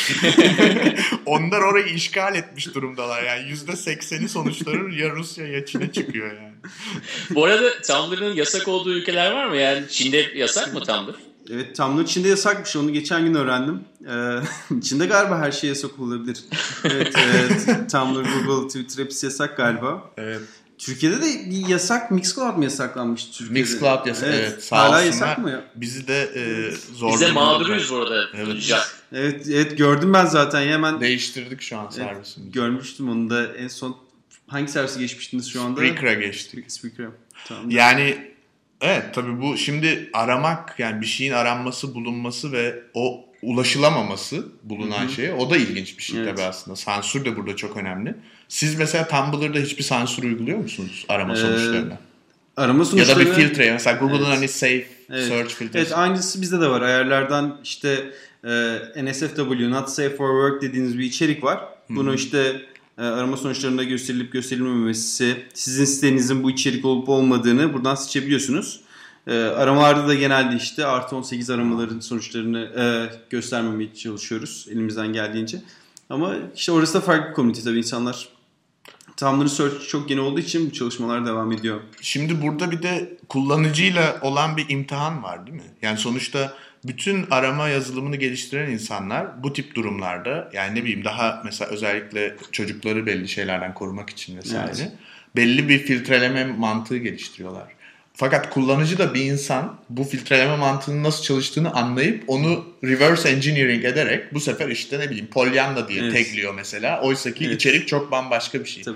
Onlar orayı işgal etmiş durumdalar. Yani yüzde sekseni sonuçları ya Rusya ya Çin'e çıkıyor yani. Bu arada Tumblr'ın yasak olduğu ülkeler var mı? Yani Çin'de yasak mı Tumblr? Evet Tumblr Çin'de yasakmış. Onu geçen gün öğrendim. Ee, Çin'de galiba her şey yasak olabilir. Evet, evet Tumblr, Google, Twitter hepsi yasak galiba. Evet. Türkiye'de de bir yasak Mixcloud mı yasaklanmış Türkiye'de? Mixcloud yasak evet. evet sağ hala yasak mı ya? Bizi de e, zor. Biz de mağduruyuz burada. Evet. evet evet gördüm ben zaten hemen. Değiştirdik şu an servisimizi. Evet, görmüştüm onu da en son. Hangi servise geçmiştiniz şu anda? Spreaker'a geçtik. Spreaker'a. Tamam. Yani evet tabii bu şimdi aramak yani bir şeyin aranması, bulunması ve o ulaşılamaması bulunan şeye o da ilginç bir şey evet. tabii aslında. Sansür de burada çok önemli. Siz mesela Tumblr'da hiçbir sansür uyguluyor musunuz arama ee, sonuçlarına? Arama sonuçlarına... Ya da bir filtre mesela Google'ın evet. hani safe evet. search filtresi. Evet aynısı bizde de var. Ayarlardan işte e, N S F W not safe for work dediğiniz bir içerik var. Bunu Hı-hı. işte arama sonuçlarında gösterilip gösterilmemesi, sizin sitenizin bu içerik olup olmadığını buradan seçebiliyorsunuz. E, aramalarda da genelde işte artı on sekiz aramaların sonuçlarını e, göstermemeye çalışıyoruz elimizden geldiğince. Ama işte orası da farklı bir komünite tabii insanlar. Tumblr Search çok yeni olduğu için bu çalışmalar devam ediyor. Şimdi burada bir de kullanıcıyla olan bir imtihan var değil mi? Yani sonuçta bütün arama yazılımını geliştiren insanlar bu tip durumlarda yani ne bileyim daha mesela özellikle çocukları belli şeylerden korumak için vesaire evet. belli bir filtreleme mantığı geliştiriyorlar. Fakat kullanıcı da bir insan bu filtreleme mantığının nasıl çalıştığını anlayıp onu reverse engineering ederek bu sefer işte ne bileyim Pollyanna diye evet. tagliyor mesela. Oysa ki evet. içerik çok bambaşka bir şey. Tabii tabii.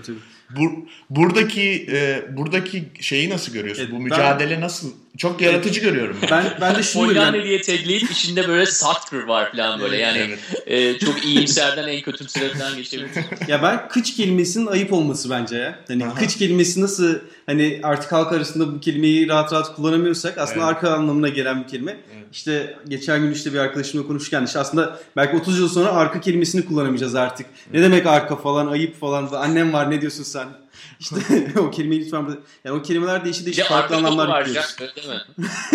Bu, buradaki e, buradaki şeyi nasıl görüyorsun? Evet, Bu ben, mücadele nasıl? Çok yaratıcı görüyorum. Ben ben de şunu Pollyanna görüyorum. diye tagleyip içinde böyle satır var falan böyle yani Evet. e, çok iyimserden en kötümsere falan geçebilir. Ya ben kıç kelimesinin ayıp olması bence ya. Hani Aha. kıç kelimesi nasıl hani artık halk arasında bu kelimeyi rahat rahat kullanamıyorsak aslında Evet. arka anlamına gelen bir kelime. Evet. İşte geçen gün işte bir arkadaşımla konuşurken işte aslında belki otuz yıl sonra arka kelimesini kullanamayacağız artık. Evet. Ne demek arka falan, ayıp falan. Annem var, ne diyorsun sen? İşte o kelimeyi lütfen burada. Yani o kelimeler değişik değişik farklı anlamlar yüklüyoruz. Değil mi?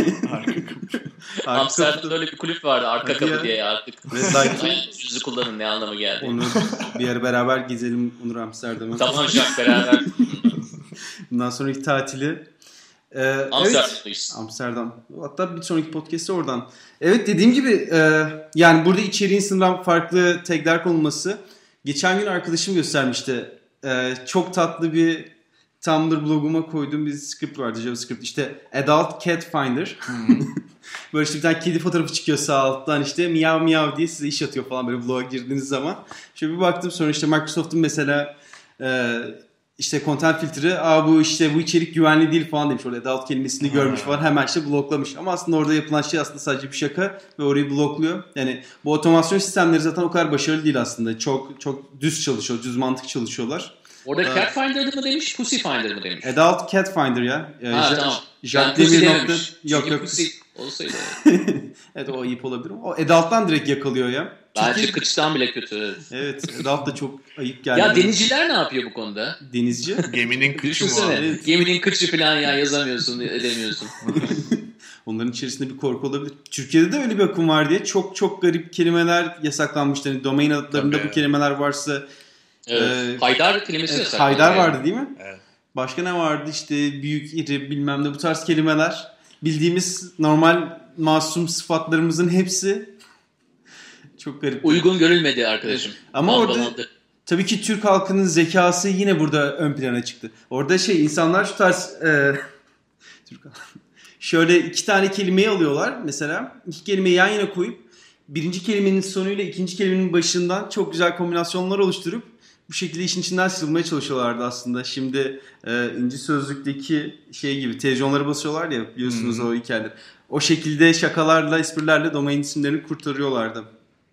Amsterdam'da öyle bir kulüp vardı, arka kapı ya diye artık. Yüzü kullanın ne anlamı geldi. Onu bir ara beraber gezelim Onur Amsterdam'a. Tamam Jack, beraber. Bundan sonraki tatili. Ee, Amsterdam'dayız. Evet, Amsterdam. Hatta bir sonraki podcast'te oradan. Evet, dediğim gibi e, yani burada içeriğin sınırdan farklı tagler konulması. Geçen gün arkadaşım göstermişti. E, çok tatlı bir Tumblr bloguma koyduğum bir script vardı, JavaScript. İşte Adult Cat Finder. Böyle işte bir tane kedi fotoğrafı çıkıyor sağ alttan, işte miyav miyav diye size iş atıyor falan böyle bloğa girdiğiniz zaman. Şöyle bir baktım, sonra işte Microsoft'un mesela e, işte content filtre, aa bu işte bu içerik güvenli değil falan demiş. Orada adult kelimesini ha. görmüş falan, hemen işte bloklamış. Ama aslında orada yapılan şey aslında sadece bir şaka ve orayı blokluyor. Yani bu otomasyon sistemleri zaten o kadar başarılı değil aslında. Çok çok düz çalışıyor, düz mantık çalışıyorlar. Orada ee, Cat Finder mı demiş, Pussy Finder mı demiş? Adult Cat Finder ya. Ha ja- tamam. Jack yani Pussy nokta... dememiş. Yok Çünkü yok. Pussy olsaydı. Evet, o ayıp olabilir ama o adult'tan direkt yakalıyor ya. Bence Çünkü... kıçtan bile kötü. Evet, adult da çok ayıp geldi. Ya denizciler ne yapıyor bu konuda? Denizci? Geminin kıçı mı var? Evet. Geminin kıçı falan ya, yazamıyorsun, edemiyorsun. Onların içerisinde bir korku olabilir. Türkiye'de de öyle bir akım var diye çok çok garip kelimeler yasaklanmıştı. Yani domain adlarında Tabii. bu kelimeler varsa. Evet. E, Haydar kelimesi evet, yasaklandı. Haydar vardı değil mi? Evet. Başka ne vardı? İşte büyük, iri, bilmem ne, bu tarz kelimeler. Bildiğimiz normal masum sıfatlarımızın hepsi çok garip. Uygun görülmedi arkadaşım. Evet. Ama Balda orada balda. Tabii ki Türk halkının zekası yine burada ön plana çıktı. Orada şey, insanlar şu tarz e, Türk şöyle iki tane kelimeyi alıyorlar mesela. İki kelimeyi yan yana koyup birinci kelimenin sonuyla ikinci kelimenin başından çok güzel kombinasyonlar oluşturup bu şekilde işin içinden sıyrılmaya çalışıyorlardı aslında. Şimdi e, İnci Sözlük'teki şey gibi televizyonlara basıyorlar ya, biliyorsunuz hmm. o hikayeler. O şekilde şakalarla, esprilerle domain isimlerini kurtarıyorlardı.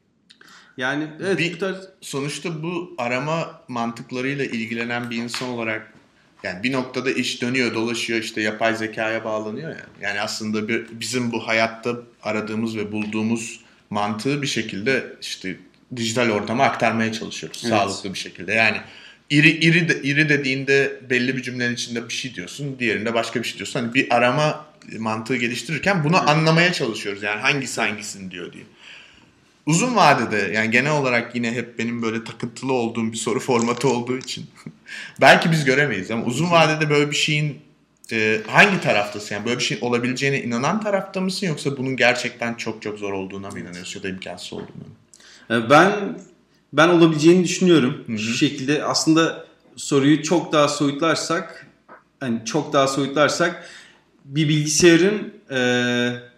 Yani evet, bir, bu tarz... sonuçta bu arama mantıklarıyla ilgilenen bir insan olarak yani bir noktada iş dönüyor, dolaşıyor, işte yapay zekaya bağlanıyor ya. Yani aslında bir, bizim bu hayatta aradığımız ve bulduğumuz mantığı bir şekilde işte dijital ortama aktarmaya çalışıyoruz. Evet. Sağlıklı bir şekilde. Yani iri iri de, iri dediğinde belli bir cümlenin içinde bir şey diyorsun, diğerinde başka bir şey diyorsun. Hani bir arama mantığı geliştirirken bunu evet. anlamaya çalışıyoruz. Yani hangisi hangisini diyor diye. Uzun vadede yani genel olarak yine hep benim böyle takıntılı olduğum bir soru formatı olduğu için belki biz göremeyiz ama uzun vadede böyle bir şeyin e, hangi taraftasın? Yani böyle bir şeyin olabileceğine inanan tarafta mısın, yoksa bunun gerçekten çok çok zor olduğuna mı inanıyorsun ya da imkansız olduğuna mı? Ben ben olabileceğini düşünüyorum. Hı-hı. Şu şekilde aslında soruyu çok daha soyutlarsak, hani çok daha soyutlarsak bir bilgisayarın e,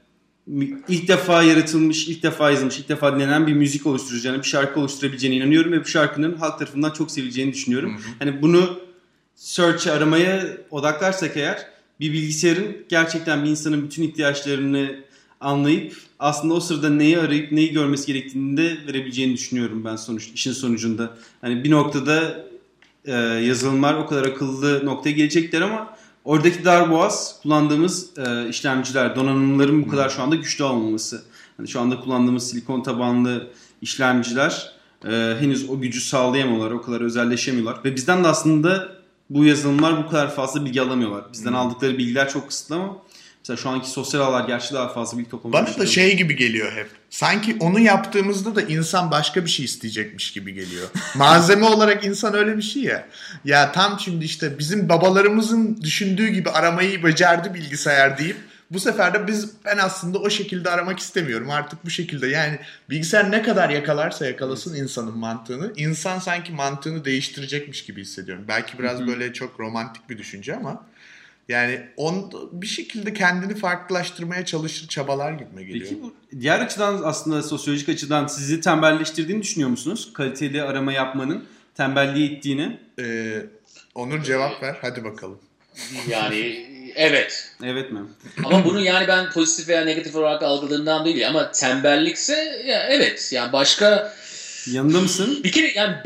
ilk defa yaratılmış, ilk defa yazılmış, ilk defa dinlenen bir müzik oluşturacağını, bir şarkı oluşturabileceğine inanıyorum ve bu şarkının halk tarafından çok sevileceğini düşünüyorum. Hı hı. Hani bunu search aramaya odaklarsak eğer, bir bilgisayarın gerçekten bir insanın bütün ihtiyaçlarını anlayıp aslında o sırada neyi arayıp neyi görmesi gerektiğini de verebileceğini düşünüyorum ben sonuç işin sonucunda. Hani bir noktada e, yazılımlar o kadar akıllı noktaya gelecekler ama oradaki darboğaz kullandığımız e, işlemciler, donanımların bu kadar şu anda güçlü olmaması. Yani şu anda kullandığımız silikon tabanlı işlemciler e, henüz o gücü sağlayamıyorlar, o kadar özelleşemiyorlar. Ve bizden de aslında bu yazılımlar bu kadar fazla bilgi alamıyorlar. Bizden hmm. aldıkları bilgiler çok kısıtlı ama mesela şu anki sosyal ağlar gerçi daha fazla bilgi toplamak. Bana da şey gibi geliyor hep. Sanki onu yaptığımızda da insan başka bir şey isteyecekmiş gibi geliyor. Malzeme olarak insan öyle bir şey ya. Ya tam şimdi işte bizim babalarımızın düşündüğü gibi aramayı becerdi bilgisayar deyip bu sefer de biz ben aslında o şekilde aramak istemiyorum artık bu şekilde. Yani bilgisayar ne kadar yakalarsa yakalasın insanın mantığını, insan sanki mantığını değiştirecekmiş gibi hissediyorum. Belki biraz Hı-hı. böyle çok romantik bir düşünce ama yani on bir şekilde kendini farklılaştırmaya çalışır, çabalar gitme geliyor. Peki bu diğer açıdan, aslında sosyolojik açıdan sizi tembelleştirdiğini düşünüyor musunuz? Kaliteli arama yapmanın tembelliğe ittiğini. Ee, Onur cevap ver. Hadi bakalım. Yani evet. Evet mi? Ama bunu yani ben pozitif veya negatif olarak algıladığımdan değil ama tembellikse ya evet. Yani başka yanında mısın? Bir kere yani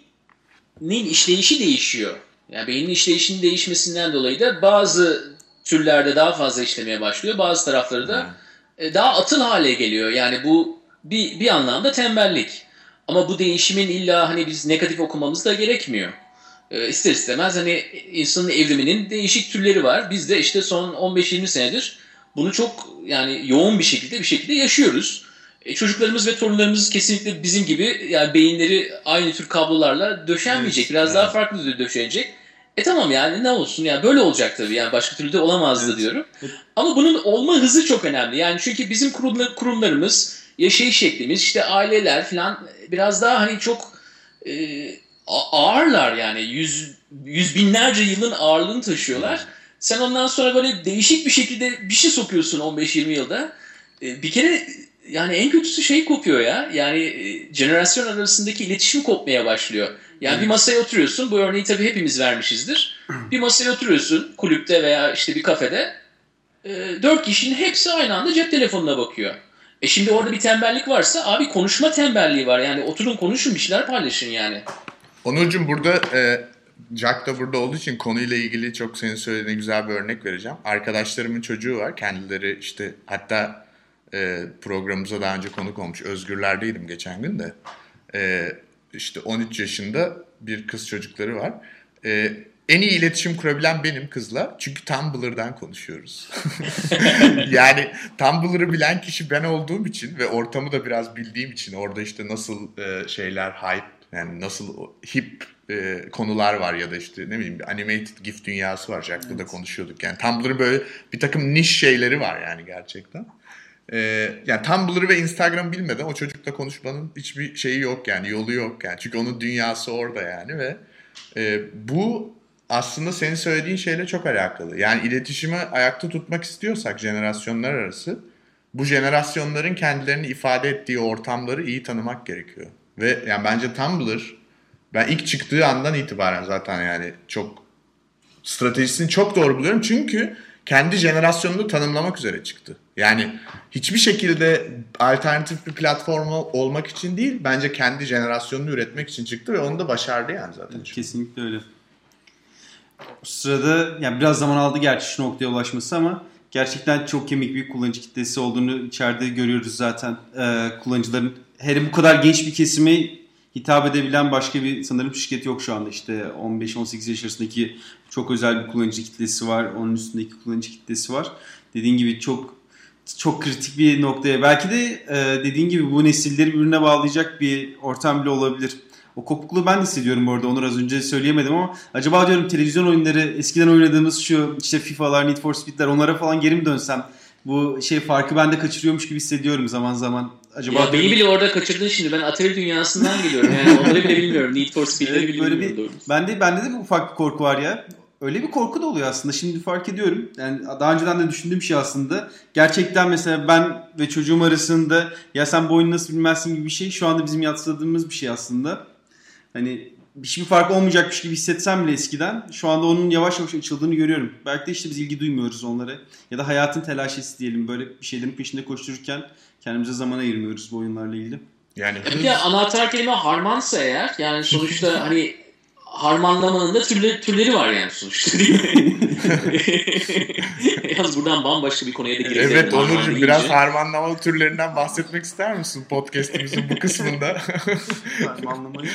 beynin işleyişi değişiyor. Yani beynin işleyişinin değişmesinden dolayı da bazı türlerde daha fazla işlemeye başlıyor. Bazı tarafları da hmm. daha atıl hale geliyor. Yani bu bir bir anlamda tembellik. Ama bu değişimin illa hani biz negatif okumamız da gerekmiyor. E, ister istemez hani insanın evriminin değişik türleri var. Biz de işte son on beş yirmi senedir bunu çok yani yoğun bir şekilde bir şekilde yaşıyoruz. E, çocuklarımız ve torunlarımız kesinlikle bizim gibi yani beyinleri aynı tür kablolarla döşenmeyecek. Biraz evet. daha farklı döşenecek. E tamam yani ne olsun yani böyle olacak tabii yani başka türlü de olamazdı evet. diyorum. Evet. Ama bunun olma hızı çok önemli. Yani çünkü bizim kurumlar, kurumlarımız, yaşayış şeklimiz, işte aileler falan biraz daha hani çok e, ağırlar yani yüz, yüz binlerce yılın ağırlığını taşıyorlar. Hmm. Sen ondan sonra böyle değişik bir şekilde bir şey sokuyorsun on beş yirmi yılda. E, bir kere yani en kötüsü şey kopuyor ya. Yani e, jenerasyon arasındaki iletişim kopmaya başlıyor. Yani hmm. bir masaya oturuyorsun. Bu örneği tabii hepimiz vermişizdir. Bir masaya oturuyorsun kulüpte veya işte bir kafede. E, dört kişinin hepsi aynı anda cep telefonuna bakıyor. E şimdi orada bir tembellik varsa abi konuşma tembelliği var. Yani oturun konuşun bir şeyler paylaşın yani. Onurcuğum burada e, Jack da burada olduğu için konuyla ilgili çok senin söylediğin güzel bir örnek vereceğim. Arkadaşlarımın çocuğu var. Kendileri işte hatta e, programımıza daha önce konuk olmuş. Özgürler'deydim geçen gün de. E, işte on üç yaşında bir kız çocukları var. E, en iyi iletişim kurabilen benim kızla. Çünkü Tumblr'dan konuşuyoruz. Yani Tumblr'ı bilen kişi ben olduğum için ve ortamı da biraz bildiğim için orada işte nasıl e, şeyler hype yani nasıl hip e, konular var ya da işte ne bileyim bir animated GIF dünyası var. Jack'la evet. da konuşuyorduk. Yani Tumblr'ın böyle bir takım niş şeyleri var yani gerçekten. Ee, yani Tumblr ve Instagram bilmeden o çocukla konuşmanın hiçbir şeyi yok yani yolu yok yani. Çünkü onun dünyası orada yani ve e, bu aslında senin söylediğin şeyle çok alakalı. Yani iletişimi ayakta tutmak istiyorsak jenerasyonlar arası bu jenerasyonların kendilerini ifade ettiği ortamları iyi tanımak gerekiyor. Ve yani bence Tumblr ben ilk çıktığı andan itibaren zaten yani çok stratejisini çok doğru buluyorum. Çünkü kendi jenerasyonunu tanımlamak üzere çıktı. Yani hiçbir şekilde alternatif bir platform olmak için değil, bence kendi jenerasyonunu üretmek için çıktı ve onu da başardı yani zaten. Evet, kesinlikle öyle. O sırada yani biraz zaman aldı gerçi şu noktaya ulaşması ama gerçekten çok kemik bir kullanıcı kitlesi olduğunu içeride görüyoruz zaten. Ee, kullanıcıların hele bu kadar genç bir kesime hitap edebilen başka bir sanırım şirket yok şu anda. İşte on beş on sekiz yaş arasındaki çok özel bir kullanıcı kitlesi var. Onun üstündeki kullanıcı kitlesi var. Dediğin gibi çok çok kritik bir noktaya. Belki de e, dediğin gibi bu nesilleri birbirine bağlayacak bir ortam bile olabilir. O kopukluğu ben de hissediyorum bu arada. Onur az önce söyleyemedim ama acaba diyorum televizyon oyunları eskiden oynadığımız şu işte FIFA'lar, Need for Speed'ler onlara falan geri mi dönsem? Bu şey farkı ben de kaçırıyormuş gibi hissediyorum zaman zaman. Acaba ya beni bile orada kaçırdın şimdi. Ben Atari dünyasından geliyorum. Yani onları bile bilmiyorum. Need for Speed'leri evet, bile bilmiyorum. Bir, bende, bende de bir ufak bir korku var ya. Öyle bir korku da oluyor aslında. Şimdi fark ediyorum. Yani daha önceden de düşündüğüm şey aslında. Gerçekten mesela ben ve çocuğum arasında ya sen bu oyunu nasıl bilmezsin gibi bir şey. Şu anda bizim yatsıdığımız bir şey aslında. Hani hiçbir fark olmayacakmış gibi hissetsem bile eskiden. Şu anda onun yavaş yavaş açıldığını görüyorum. Belki de işte biz ilgi duymuyoruz onlara. Ya da hayatın telaşesi diyelim. Böyle bir şeylerin peşinde koştururken kendimize zaman ayırmıyoruz bu oyunlarla ilgili. Yani bir de anahtar kelime harmansa eğer yani sonuçta hani harmanlamanın da türleri, türleri var yani sonuçta değil mi? Yalnız buradan bambaşka bir konuya da girelim. Evet Onurcuğum biraz harmanlama türlerinden bahsetmek ister misin podcast'imizin bu kısmında? Harmanlamayı?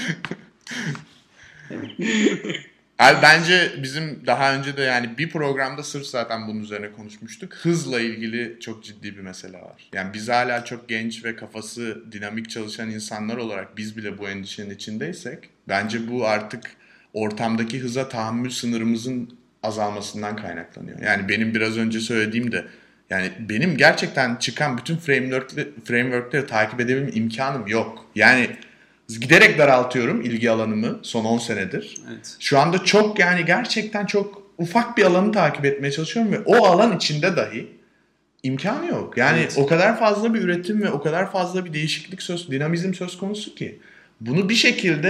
Abi bence bizim daha önce de yani bir programda sırf zaten bunun üzerine konuşmuştuk. Hızla ilgili çok ciddi bir mesele var. Yani biz hala çok genç ve kafası dinamik çalışan insanlar olarak biz bile bu endişenin içindeysek bence bu artık ortamdaki hıza tahammül sınırımızın azalmasından kaynaklanıyor. Yani benim biraz önce söylediğim de yani benim gerçekten çıkan bütün framework'leri, framework'leri takip edebilme imkanım yok. Yani giderek daraltıyorum ilgi alanımı son on senedir. Evet. Şu anda çok yani gerçekten çok ufak bir alanı takip etmeye çalışıyorum ve o alan içinde dahi imkanı yok. Yani evet. O kadar fazla bir üretim ve o kadar fazla bir değişiklik söz, dinamizm söz konusu ki bunu bir şekilde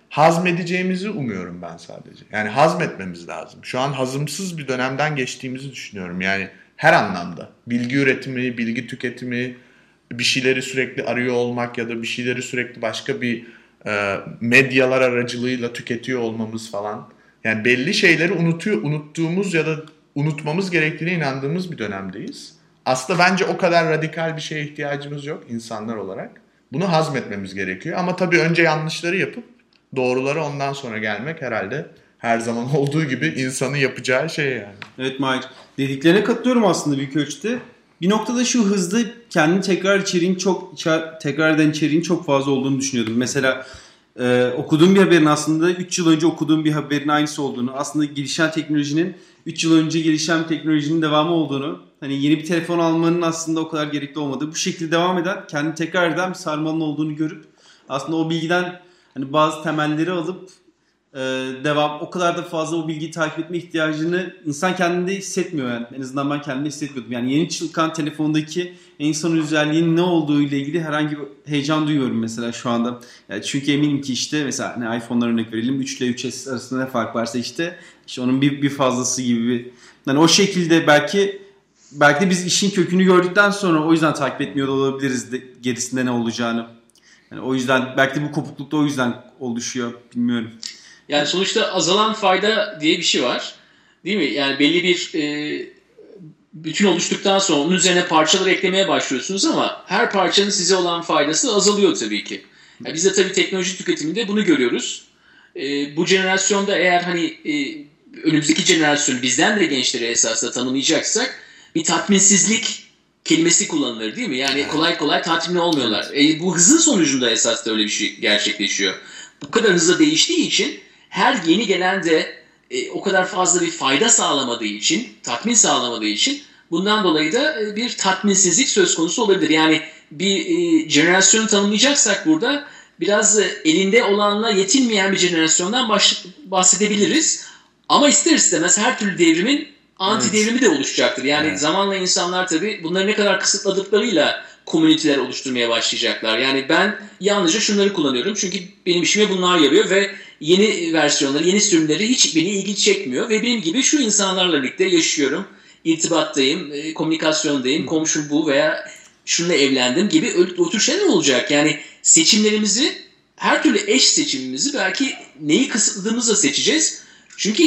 hazmedeceğimizi umuyorum ben sadece. Yani hazmetmemiz lazım. Şu an hazımsız bir dönemden geçtiğimizi düşünüyorum. Yani her anlamda. Bilgi üretimi, bilgi tüketimi, bir şeyleri sürekli arıyor olmak ya da bir şeyleri sürekli başka bir e, medyalar aracılığıyla tüketiyor olmamız falan. Yani belli şeyleri unutuyor, unuttuğumuz ya da unutmamız gerektiğine inandığımız bir dönemdeyiz. Aslında bence o kadar radikal bir şeye ihtiyacımız yok insanlar olarak. Bunu hazmetmemiz gerekiyor. Ama tabii önce yanlışları yapıp doğruları ondan sonra gelmek herhalde her zaman olduğu gibi insanın yapacağı şey yani. Evet Mahir. Dediklerine katılıyorum aslında büyük ölçüde. Bir noktada şu hızlı kendini tekrar içeriğin çok tekrar eden içeriğin çok fazla olduğunu düşünüyordum. Mesela e, okuduğum bir haberin aslında üç yıl önce okuduğum bir haberin aynısı olduğunu, aslında gelişen teknolojinin üç yıl önce gelişen teknolojinin devamı olduğunu, hani yeni bir telefon almanın aslında o kadar gerekli olmadığı, bu şekilde devam eden, kendini tekrar eden bir sarmalın olduğunu görüp aslında o bilgiden hani bazı temelleri alıp e, devam, o kadar da fazla o bilgiyi takip etme ihtiyacını insan kendinde hissetmiyor yani. En azından ben kendimde hissetmiyordum. Yani yeni çıkan telefondaki en son özelliğin ne olduğu ile ilgili herhangi bir heyecan duyuyorum mesela şu anda. Yani çünkü eminim ki işte mesela hani iPhone'lar örnek verelim, üç ile üç S arasında ne fark varsa işte işte onun bir bir fazlası gibi bir, yani o şekilde belki belki de biz işin kökünü gördükten sonra o yüzden takip etmiyor da olabiliriz de, gerisinde ne olacağını. Yani o yüzden belki de bu kopukluk da o yüzden oluşuyor, bilmiyorum. Yani sonuçta azalan fayda diye bir şey var. Değil mi? Yani belli bir e, bütün oluştuktan sonra onun üzerine parçalar eklemeye başlıyorsunuz ama her parçanın size olan faydası azalıyor tabii ki. Yani biz de tabii teknoloji tüketiminde bunu görüyoruz. E, bu jenerasyonda eğer hani e, önümüzdeki jenerasyon bizden de gençleri esasında tanımlayacaksak bir tatminsizlik kelimesi kullanılır değil mi? Yani kolay kolay tatmin olmuyorlar. E, bu hızın sonucunda esas da öyle bir şey gerçekleşiyor. Bu kadar hızlı değiştiği için her yeni gelen de e, o kadar fazla bir fayda sağlamadığı için, tatmin sağlamadığı için bundan dolayı da e, bir tatminsizlik söz konusu olabilir. Yani bir e, jenerasyonu tanımlayacaksak burada biraz e, elinde olanla yetinmeyen bir jenerasyondan baş, bahsedebiliriz. Ama ister istemez her türlü devrimin anti devrimi de oluşacaktır. Yani evet. Zamanla insanlar tabii bunları ne kadar kısıtladıklarıyla komüniteler oluşturmaya başlayacaklar. Yani ben yalnızca şunları kullanıyorum çünkü benim işime bunlar yarıyor ve yeni versiyonları, yeni sürümleri hiç beni ilgi çekmiyor ve benim gibi şu insanlarla birlikte yaşıyorum, irtibattayım, e, komünikasyondayım, komşum bu veya şununla evlendim gibi o tür şeyler olacak. Yani seçimlerimizi, her türlü eş seçimimizi belki neyi kısıtladığımızla seçeceğiz. Çünkü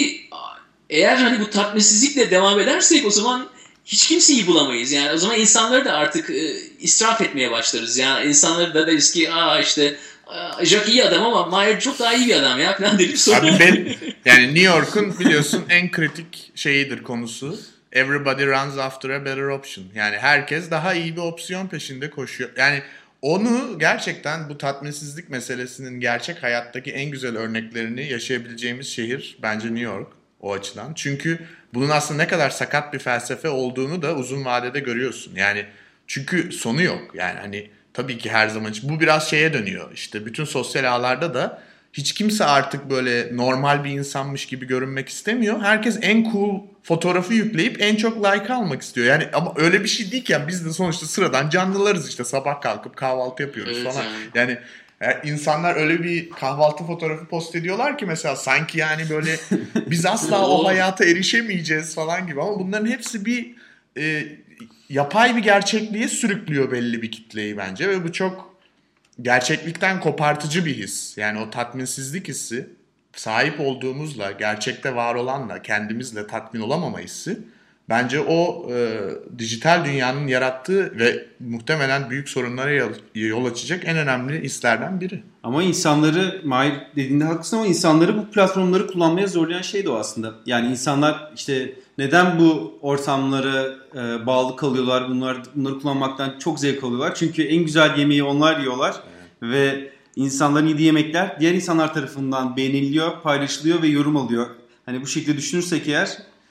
eğer hani bu tatminsizlikle devam edersek o zaman hiç kimseyi bulamayız. Yani o zaman insanları da artık e, israf etmeye başlarız. Yani insanları da deriz ki aa işte Jack iyi adam ama Mayer çok daha iyi bir adam ya falan dedim sonra. Abi ben, yani New York'un biliyorsun en kritik şeyidir konusu. Everybody runs after a better option. Yani herkes daha iyi bir opsiyon peşinde koşuyor. Yani onu gerçekten bu tatminsizlik meselesinin gerçek hayattaki en güzel örneklerini yaşayabileceğimiz şehir bence New York o açıdan. Çünkü bunun aslında ne kadar sakat bir felsefe olduğunu da uzun vadede görüyorsun. Yani çünkü sonu yok. Yani hani tabii ki her zaman bu biraz şeye dönüyor. İşte bütün sosyal ağlarda da hiç kimse artık böyle normal bir insanmış gibi görünmek istemiyor. Herkes en cool fotoğrafı yükleyip en çok like almak istiyor. Yani ama öyle bir şey değil ki. Yani biz de sonuçta sıradan canlılarız işte. Sabah kalkıp kahvaltı yapıyoruz evet, falan. Yani, yani insanlar öyle bir kahvaltı fotoğrafı post ediyorlar ki mesela sanki yani böyle biz asla o hayata erişemeyeceğiz falan gibi. Ama bunların hepsi bir e, yapay bir gerçekliğe sürüklüyor belli bir kitleyi bence. Ve bu çok gerçeklikten kopartıcı bir his. Yani o tatminsizlik hissi sahip olduğumuzla, gerçekte var olanla, kendimizle tatmin olamama hissi bence o e, dijital dünyanın yarattığı ve muhtemelen büyük sorunlara yol açacak en önemli hislerden biri. Ama insanları, Mahir dediğinde haklısın ama insanları bu platformları kullanmaya zorlayan şey de o aslında. Yani insanlar işte neden bu ortamlara e, bağlı kalıyorlar, bunlar, bunları kullanmaktan çok zevk alıyorlar. Çünkü en güzel yemeği onlar yiyorlar evet. Ve insanların yediği yemekler diğer insanlar tarafından beğeniliyor, paylaşılıyor ve yorum alıyor. Hani bu şekilde düşünürsek eğer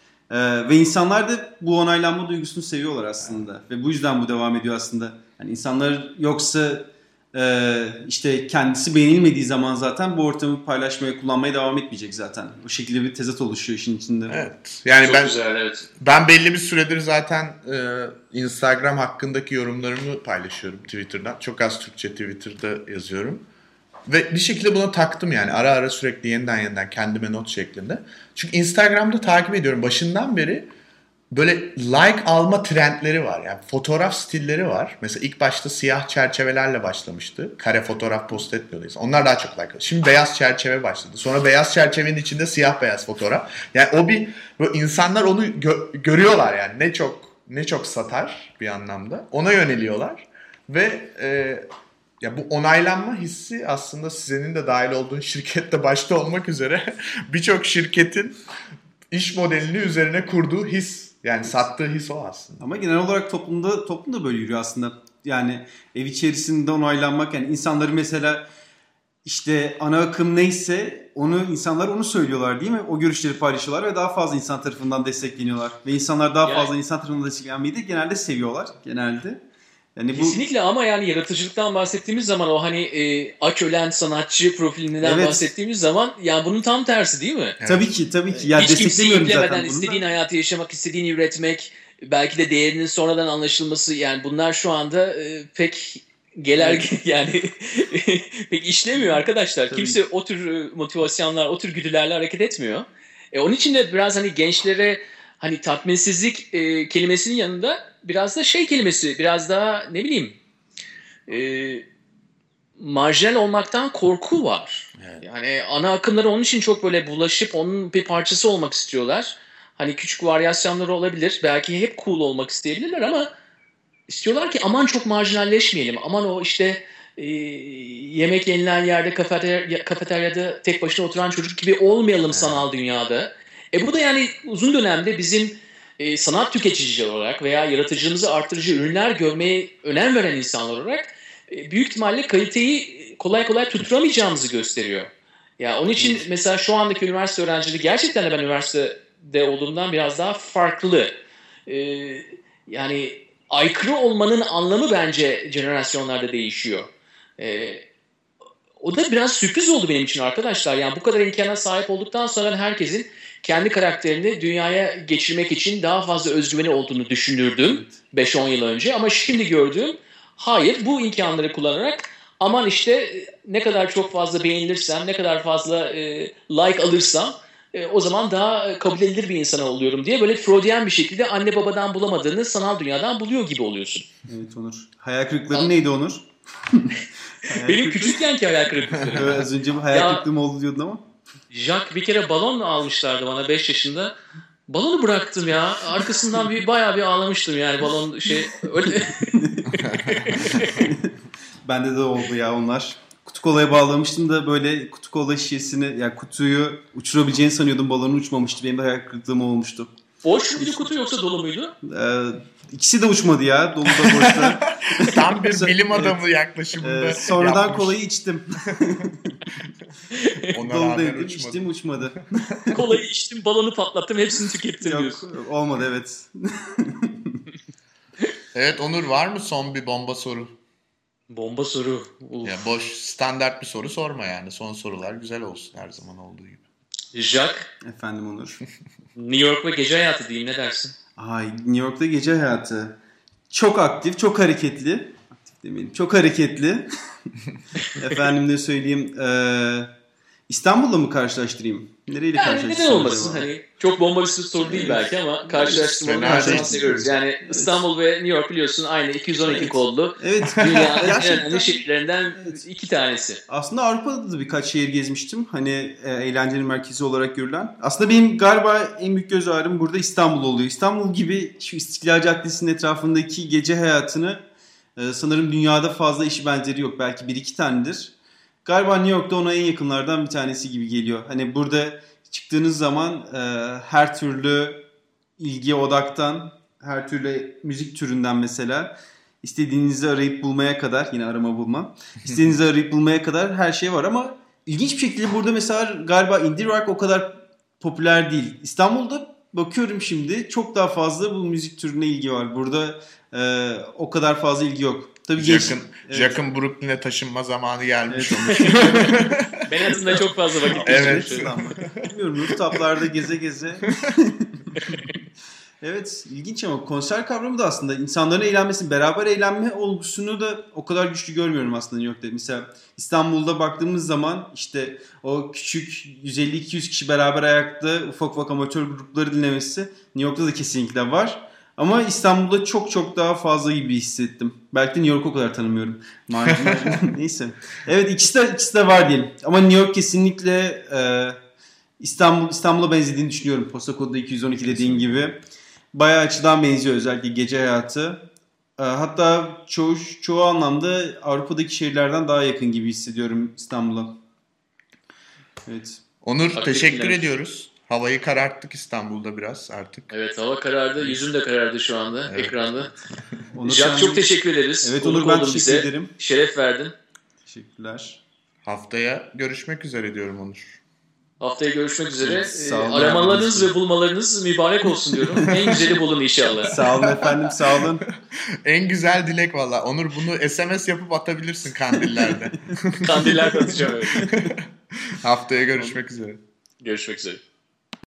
e, ve insanlar da bu onaylanma duygusunu seviyorlar aslında. Evet. Ve bu yüzden bu devam ediyor aslında. Hani insanlar yoksa e, işte kendisi beğenilmediği zaman zaten bu ortamı paylaşmaya, kullanmaya devam etmeyecek zaten. Bu şekilde bir tezat oluşuyor işin içinde. Evet. Yani çok ben güzel, evet. Ben belli bir süredir zaten e, Instagram hakkındaki yorumlarımı paylaşıyorum Twitter'dan. Çok az Türkçe Twitter'da yazıyorum. Ve bir şekilde buna taktım yani. Ara ara sürekli yeniden yeniden kendime not şeklinde. Çünkü Instagram'da takip ediyorum. Başından beri böyle like alma trendleri var. Yani fotoğraf stilleri var. Mesela ilk başta siyah çerçevelerle başlamıştı. Kare fotoğraf post etmiyorduyuz. Onlar daha çok like alıyor. Şimdi beyaz çerçeve başladı. Sonra beyaz çerçevenin içinde siyah beyaz fotoğraf. Yani o bir böyle insanlar onu gö- görüyorlar yani. Ne çok ne çok satar bir anlamda. Ona yöneliyorlar ve e, ya bu onaylanma hissi aslında senin de dahil olduğun şirkette başta olmak üzere birçok şirketin iş modelini üzerine kurduğu his. Yani sattığı his o aslında. Ama genel olarak toplumda toplum da böyle yürüyor aslında. Yani ev içerisinde onaylanmak, yani insanları mesela işte ana akım neyse onu insanlar onu söylüyorlar değil mi? O görüşleri paylaşıyorlar ve daha fazla insan tarafından destekleniyorlar. Ve insanlar daha yani, fazla insan tarafından desteklenmeyi de genelde seviyorlar. Genelde. Yani bu... Kesinlikle ama yani yaratıcılıktan bahsettiğimiz zaman o hani e, aç ölen sanatçı profilinden evet. bahsettiğimiz zaman yani bunun tam tersi değil mi? Evet. Tabii ki tabii ki. Yani hiç kimseyi iplemeden istediğin da. hayatı yaşamak, istediğini üretmek, belki de değerinin sonradan anlaşılması, yani bunlar şu anda e, pek geler evet. yani pek işlemiyor arkadaşlar. Tabii. Kimse o tür motivasyonlar, o tür güdülerle hareket etmiyor. E, onun için de biraz hani gençlere hani tatminsizlik e, kelimesinin yanında biraz da şey kelimesi, biraz daha ne bileyim e, marjinal olmaktan korku var. Evet. Yani ana akımları onun için çok böyle bulaşıp onun bir parçası olmak istiyorlar. Hani küçük varyasyonları olabilir. Belki hep cool olmak isteyebilirler ama istiyorlar ki aman çok marjinalleşmeyelim. Aman o işte e, yemek yenilen yerde kafeterya, kafeteryada tek başına oturan çocuk gibi olmayalım evet. sanal dünyada. E bu da yani uzun dönemde bizim e, sanat tüketicileri olarak veya yaratıcılığımızı arttırıcı ürünler görmeye önem veren insanlar olarak e, büyük ihtimalle kaliteyi kolay kolay tutturamayacağımızı gösteriyor. Ya onun için mesela şu andaki üniversite öğrenciliği gerçekten de ben üniversitede olduğumdan biraz daha farklı. E, yani aykırı olmanın anlamı bence jenerasyonlarda değişiyor. E, o da biraz sürpriz oldu benim için arkadaşlar. Yani bu kadar imkana sahip olduktan sonra herkesin kendi karakterini dünyaya geçirmek için daha fazla özgüveni olduğunu düşünürdüm beş on yıl önce. Ama şimdi gördüğüm hayır, bu imkanları kullanarak aman işte ne kadar çok fazla beğenilirsem, ne kadar fazla e, like alırsam e, o zaman daha kabul edilir bir insan oluyorum diye böyle Freudian bir şekilde anne babadan bulamadığını sanal dünyadan buluyor gibi oluyorsun. Evet Onur. Hayal kırıkları neydi Onur? Benim küçükkenki hayal kırıklıkları. Evet, az önce bu hayal kırıklığım oldu diyordun ama. Jack bir kere balon almışlardı bana beş yaşında. Balonu bıraktım ya. Arkasından bir bayağı bir ağlamıştım yani balon şey öyle. Bende de oldu ya onlar. Kutu kolaya bağlamıştım da böyle kutu kola şişesini, yani kutuyu uçurabileceğini sanıyordum, balonu uçmamıştı. Benim de hayal kırıklığım olmuştu. Boş muydu kutu yoksa dolu muydu? Ee, ikisi de uçmadı ya. Dolu da boşta. Tam bir bilim adamı evet. yaklaşımında. Ee, sonradan yapmış. Kolayı içtim. Dolu dedim, içtim uçmadı. Kolayı içtim, balonu patlattım, hepsini tükettim yok, diyorsun. Yok, olmadı evet. Evet Onur, var mı son bir bomba soru? Bomba soru. Uf. Ya boş standart bir soru sorma yani. Son sorular güzel olsun her zaman olduğu gibi. Jack. Efendim Onur. New York ve gece hayatı diyeyim, ne dersin? Ay, New York'ta gece hayatı. Çok aktif, çok hareketli. Aktif demeyelim, çok hareketli. Efendim ne söyleyeyim. Ee, İstanbul'la mı karşılaştırayım? Nereyle yani karşılaştırayım? Neden olmasın? Hani çok bomba bir soru değil belki ama karşılaştırmaları her zaman seviyoruz. Yani İstanbul ve New York biliyorsun aynı iki yüz on iki evet. kollu. Evet. Dünyanın en önemli şehirlerinden evet. iki tanesi. Aslında Avrupa'da da birkaç şehir gezmiştim. Hani e, eğlencenin merkezi olarak görülen. Aslında benim galiba en büyük göz ağrım burada İstanbul oluyor. İstanbul gibi şu İstiklal Caddesi'nin etrafındaki gece hayatını e, sanırım dünyada fazla eşi benzeri yok. Belki bir iki tanedir. Galiba New York'ta ona en yakınlardan bir tanesi gibi geliyor. Hani burada çıktığınız zaman e, her türlü ilgi odaktan, her türlü müzik türünden mesela istediğinizi arayıp bulmaya kadar, yine arama bulma, istediğinizi arayıp bulmaya kadar her şey var ama ilginç bir şekilde burada mesela galiba indie rock o kadar popüler değil. İstanbul'da bakıyorum şimdi çok daha fazla bu müzik türüne ilgi var. Burada e, o kadar fazla ilgi yok. Tabii Jack'ın, evet. Jack'ın Brooklyn'e taşınma zamanı gelmiş evet. olmuş. Ben aslında çok fazla vakit geçirmişim. Evet. Bilmiyorum, rooftoplarda geze geze. Evet, ilginç ama konser kavramı da aslında insanların eğlenmesini, beraber eğlenme olgusunu da o kadar güçlü görmüyorum aslında New York'ta. Mesela İstanbul'da baktığımız zaman işte o küçük yüz elli iki yüz kişi beraber ayakta ufak ufak amatör grupları dinlemesi New York'ta da kesinlikle var. Ama İstanbul'da çok çok daha fazla gibi hissettim. Belki de New York'u o kadar tanımıyorum. Neyse. Evet, ikisi de, ikisi de var diyelim. Ama New York kesinlikle e, İstanbul İstanbul'a benzediğini düşünüyorum. Posta kodu iki yüz on iki dediğin gibi. Bayağı açıdan benziyor, özellikle gece hayatı. E, hatta çoğu çoğu anlamda Avrupa'daki şehirlerden daha yakın gibi hissediyorum İstanbul'a. Evet. Onur, Hakikaten teşekkür öyle. ediyoruz. Havayı kararttık İstanbul'da biraz artık. Evet, hava karardı. Yüzüm de karardı şu anda Evet. ekranda. Onur, Jack, sen- çok teşekkür ederiz. Evet Konuk Onur, ben oldun teşekkür bize. ederim. Şeref verdin. Teşekkürler. Haftaya görüşmek üzere diyorum Onur. Haftaya görüşmek üzere. Sağ Ee, olun. aramalarınız ve bulmalarınız mübarek olsun diyorum. En güzeli bulun inşallah. Sağ olun efendim, sağ olun. En güzel dilek valla. Onur, bunu S M S yapıp atabilirsin kandillerde. Kandiller atacağım. Evet. Haftaya görüşmek üzere. Görüşmek üzere.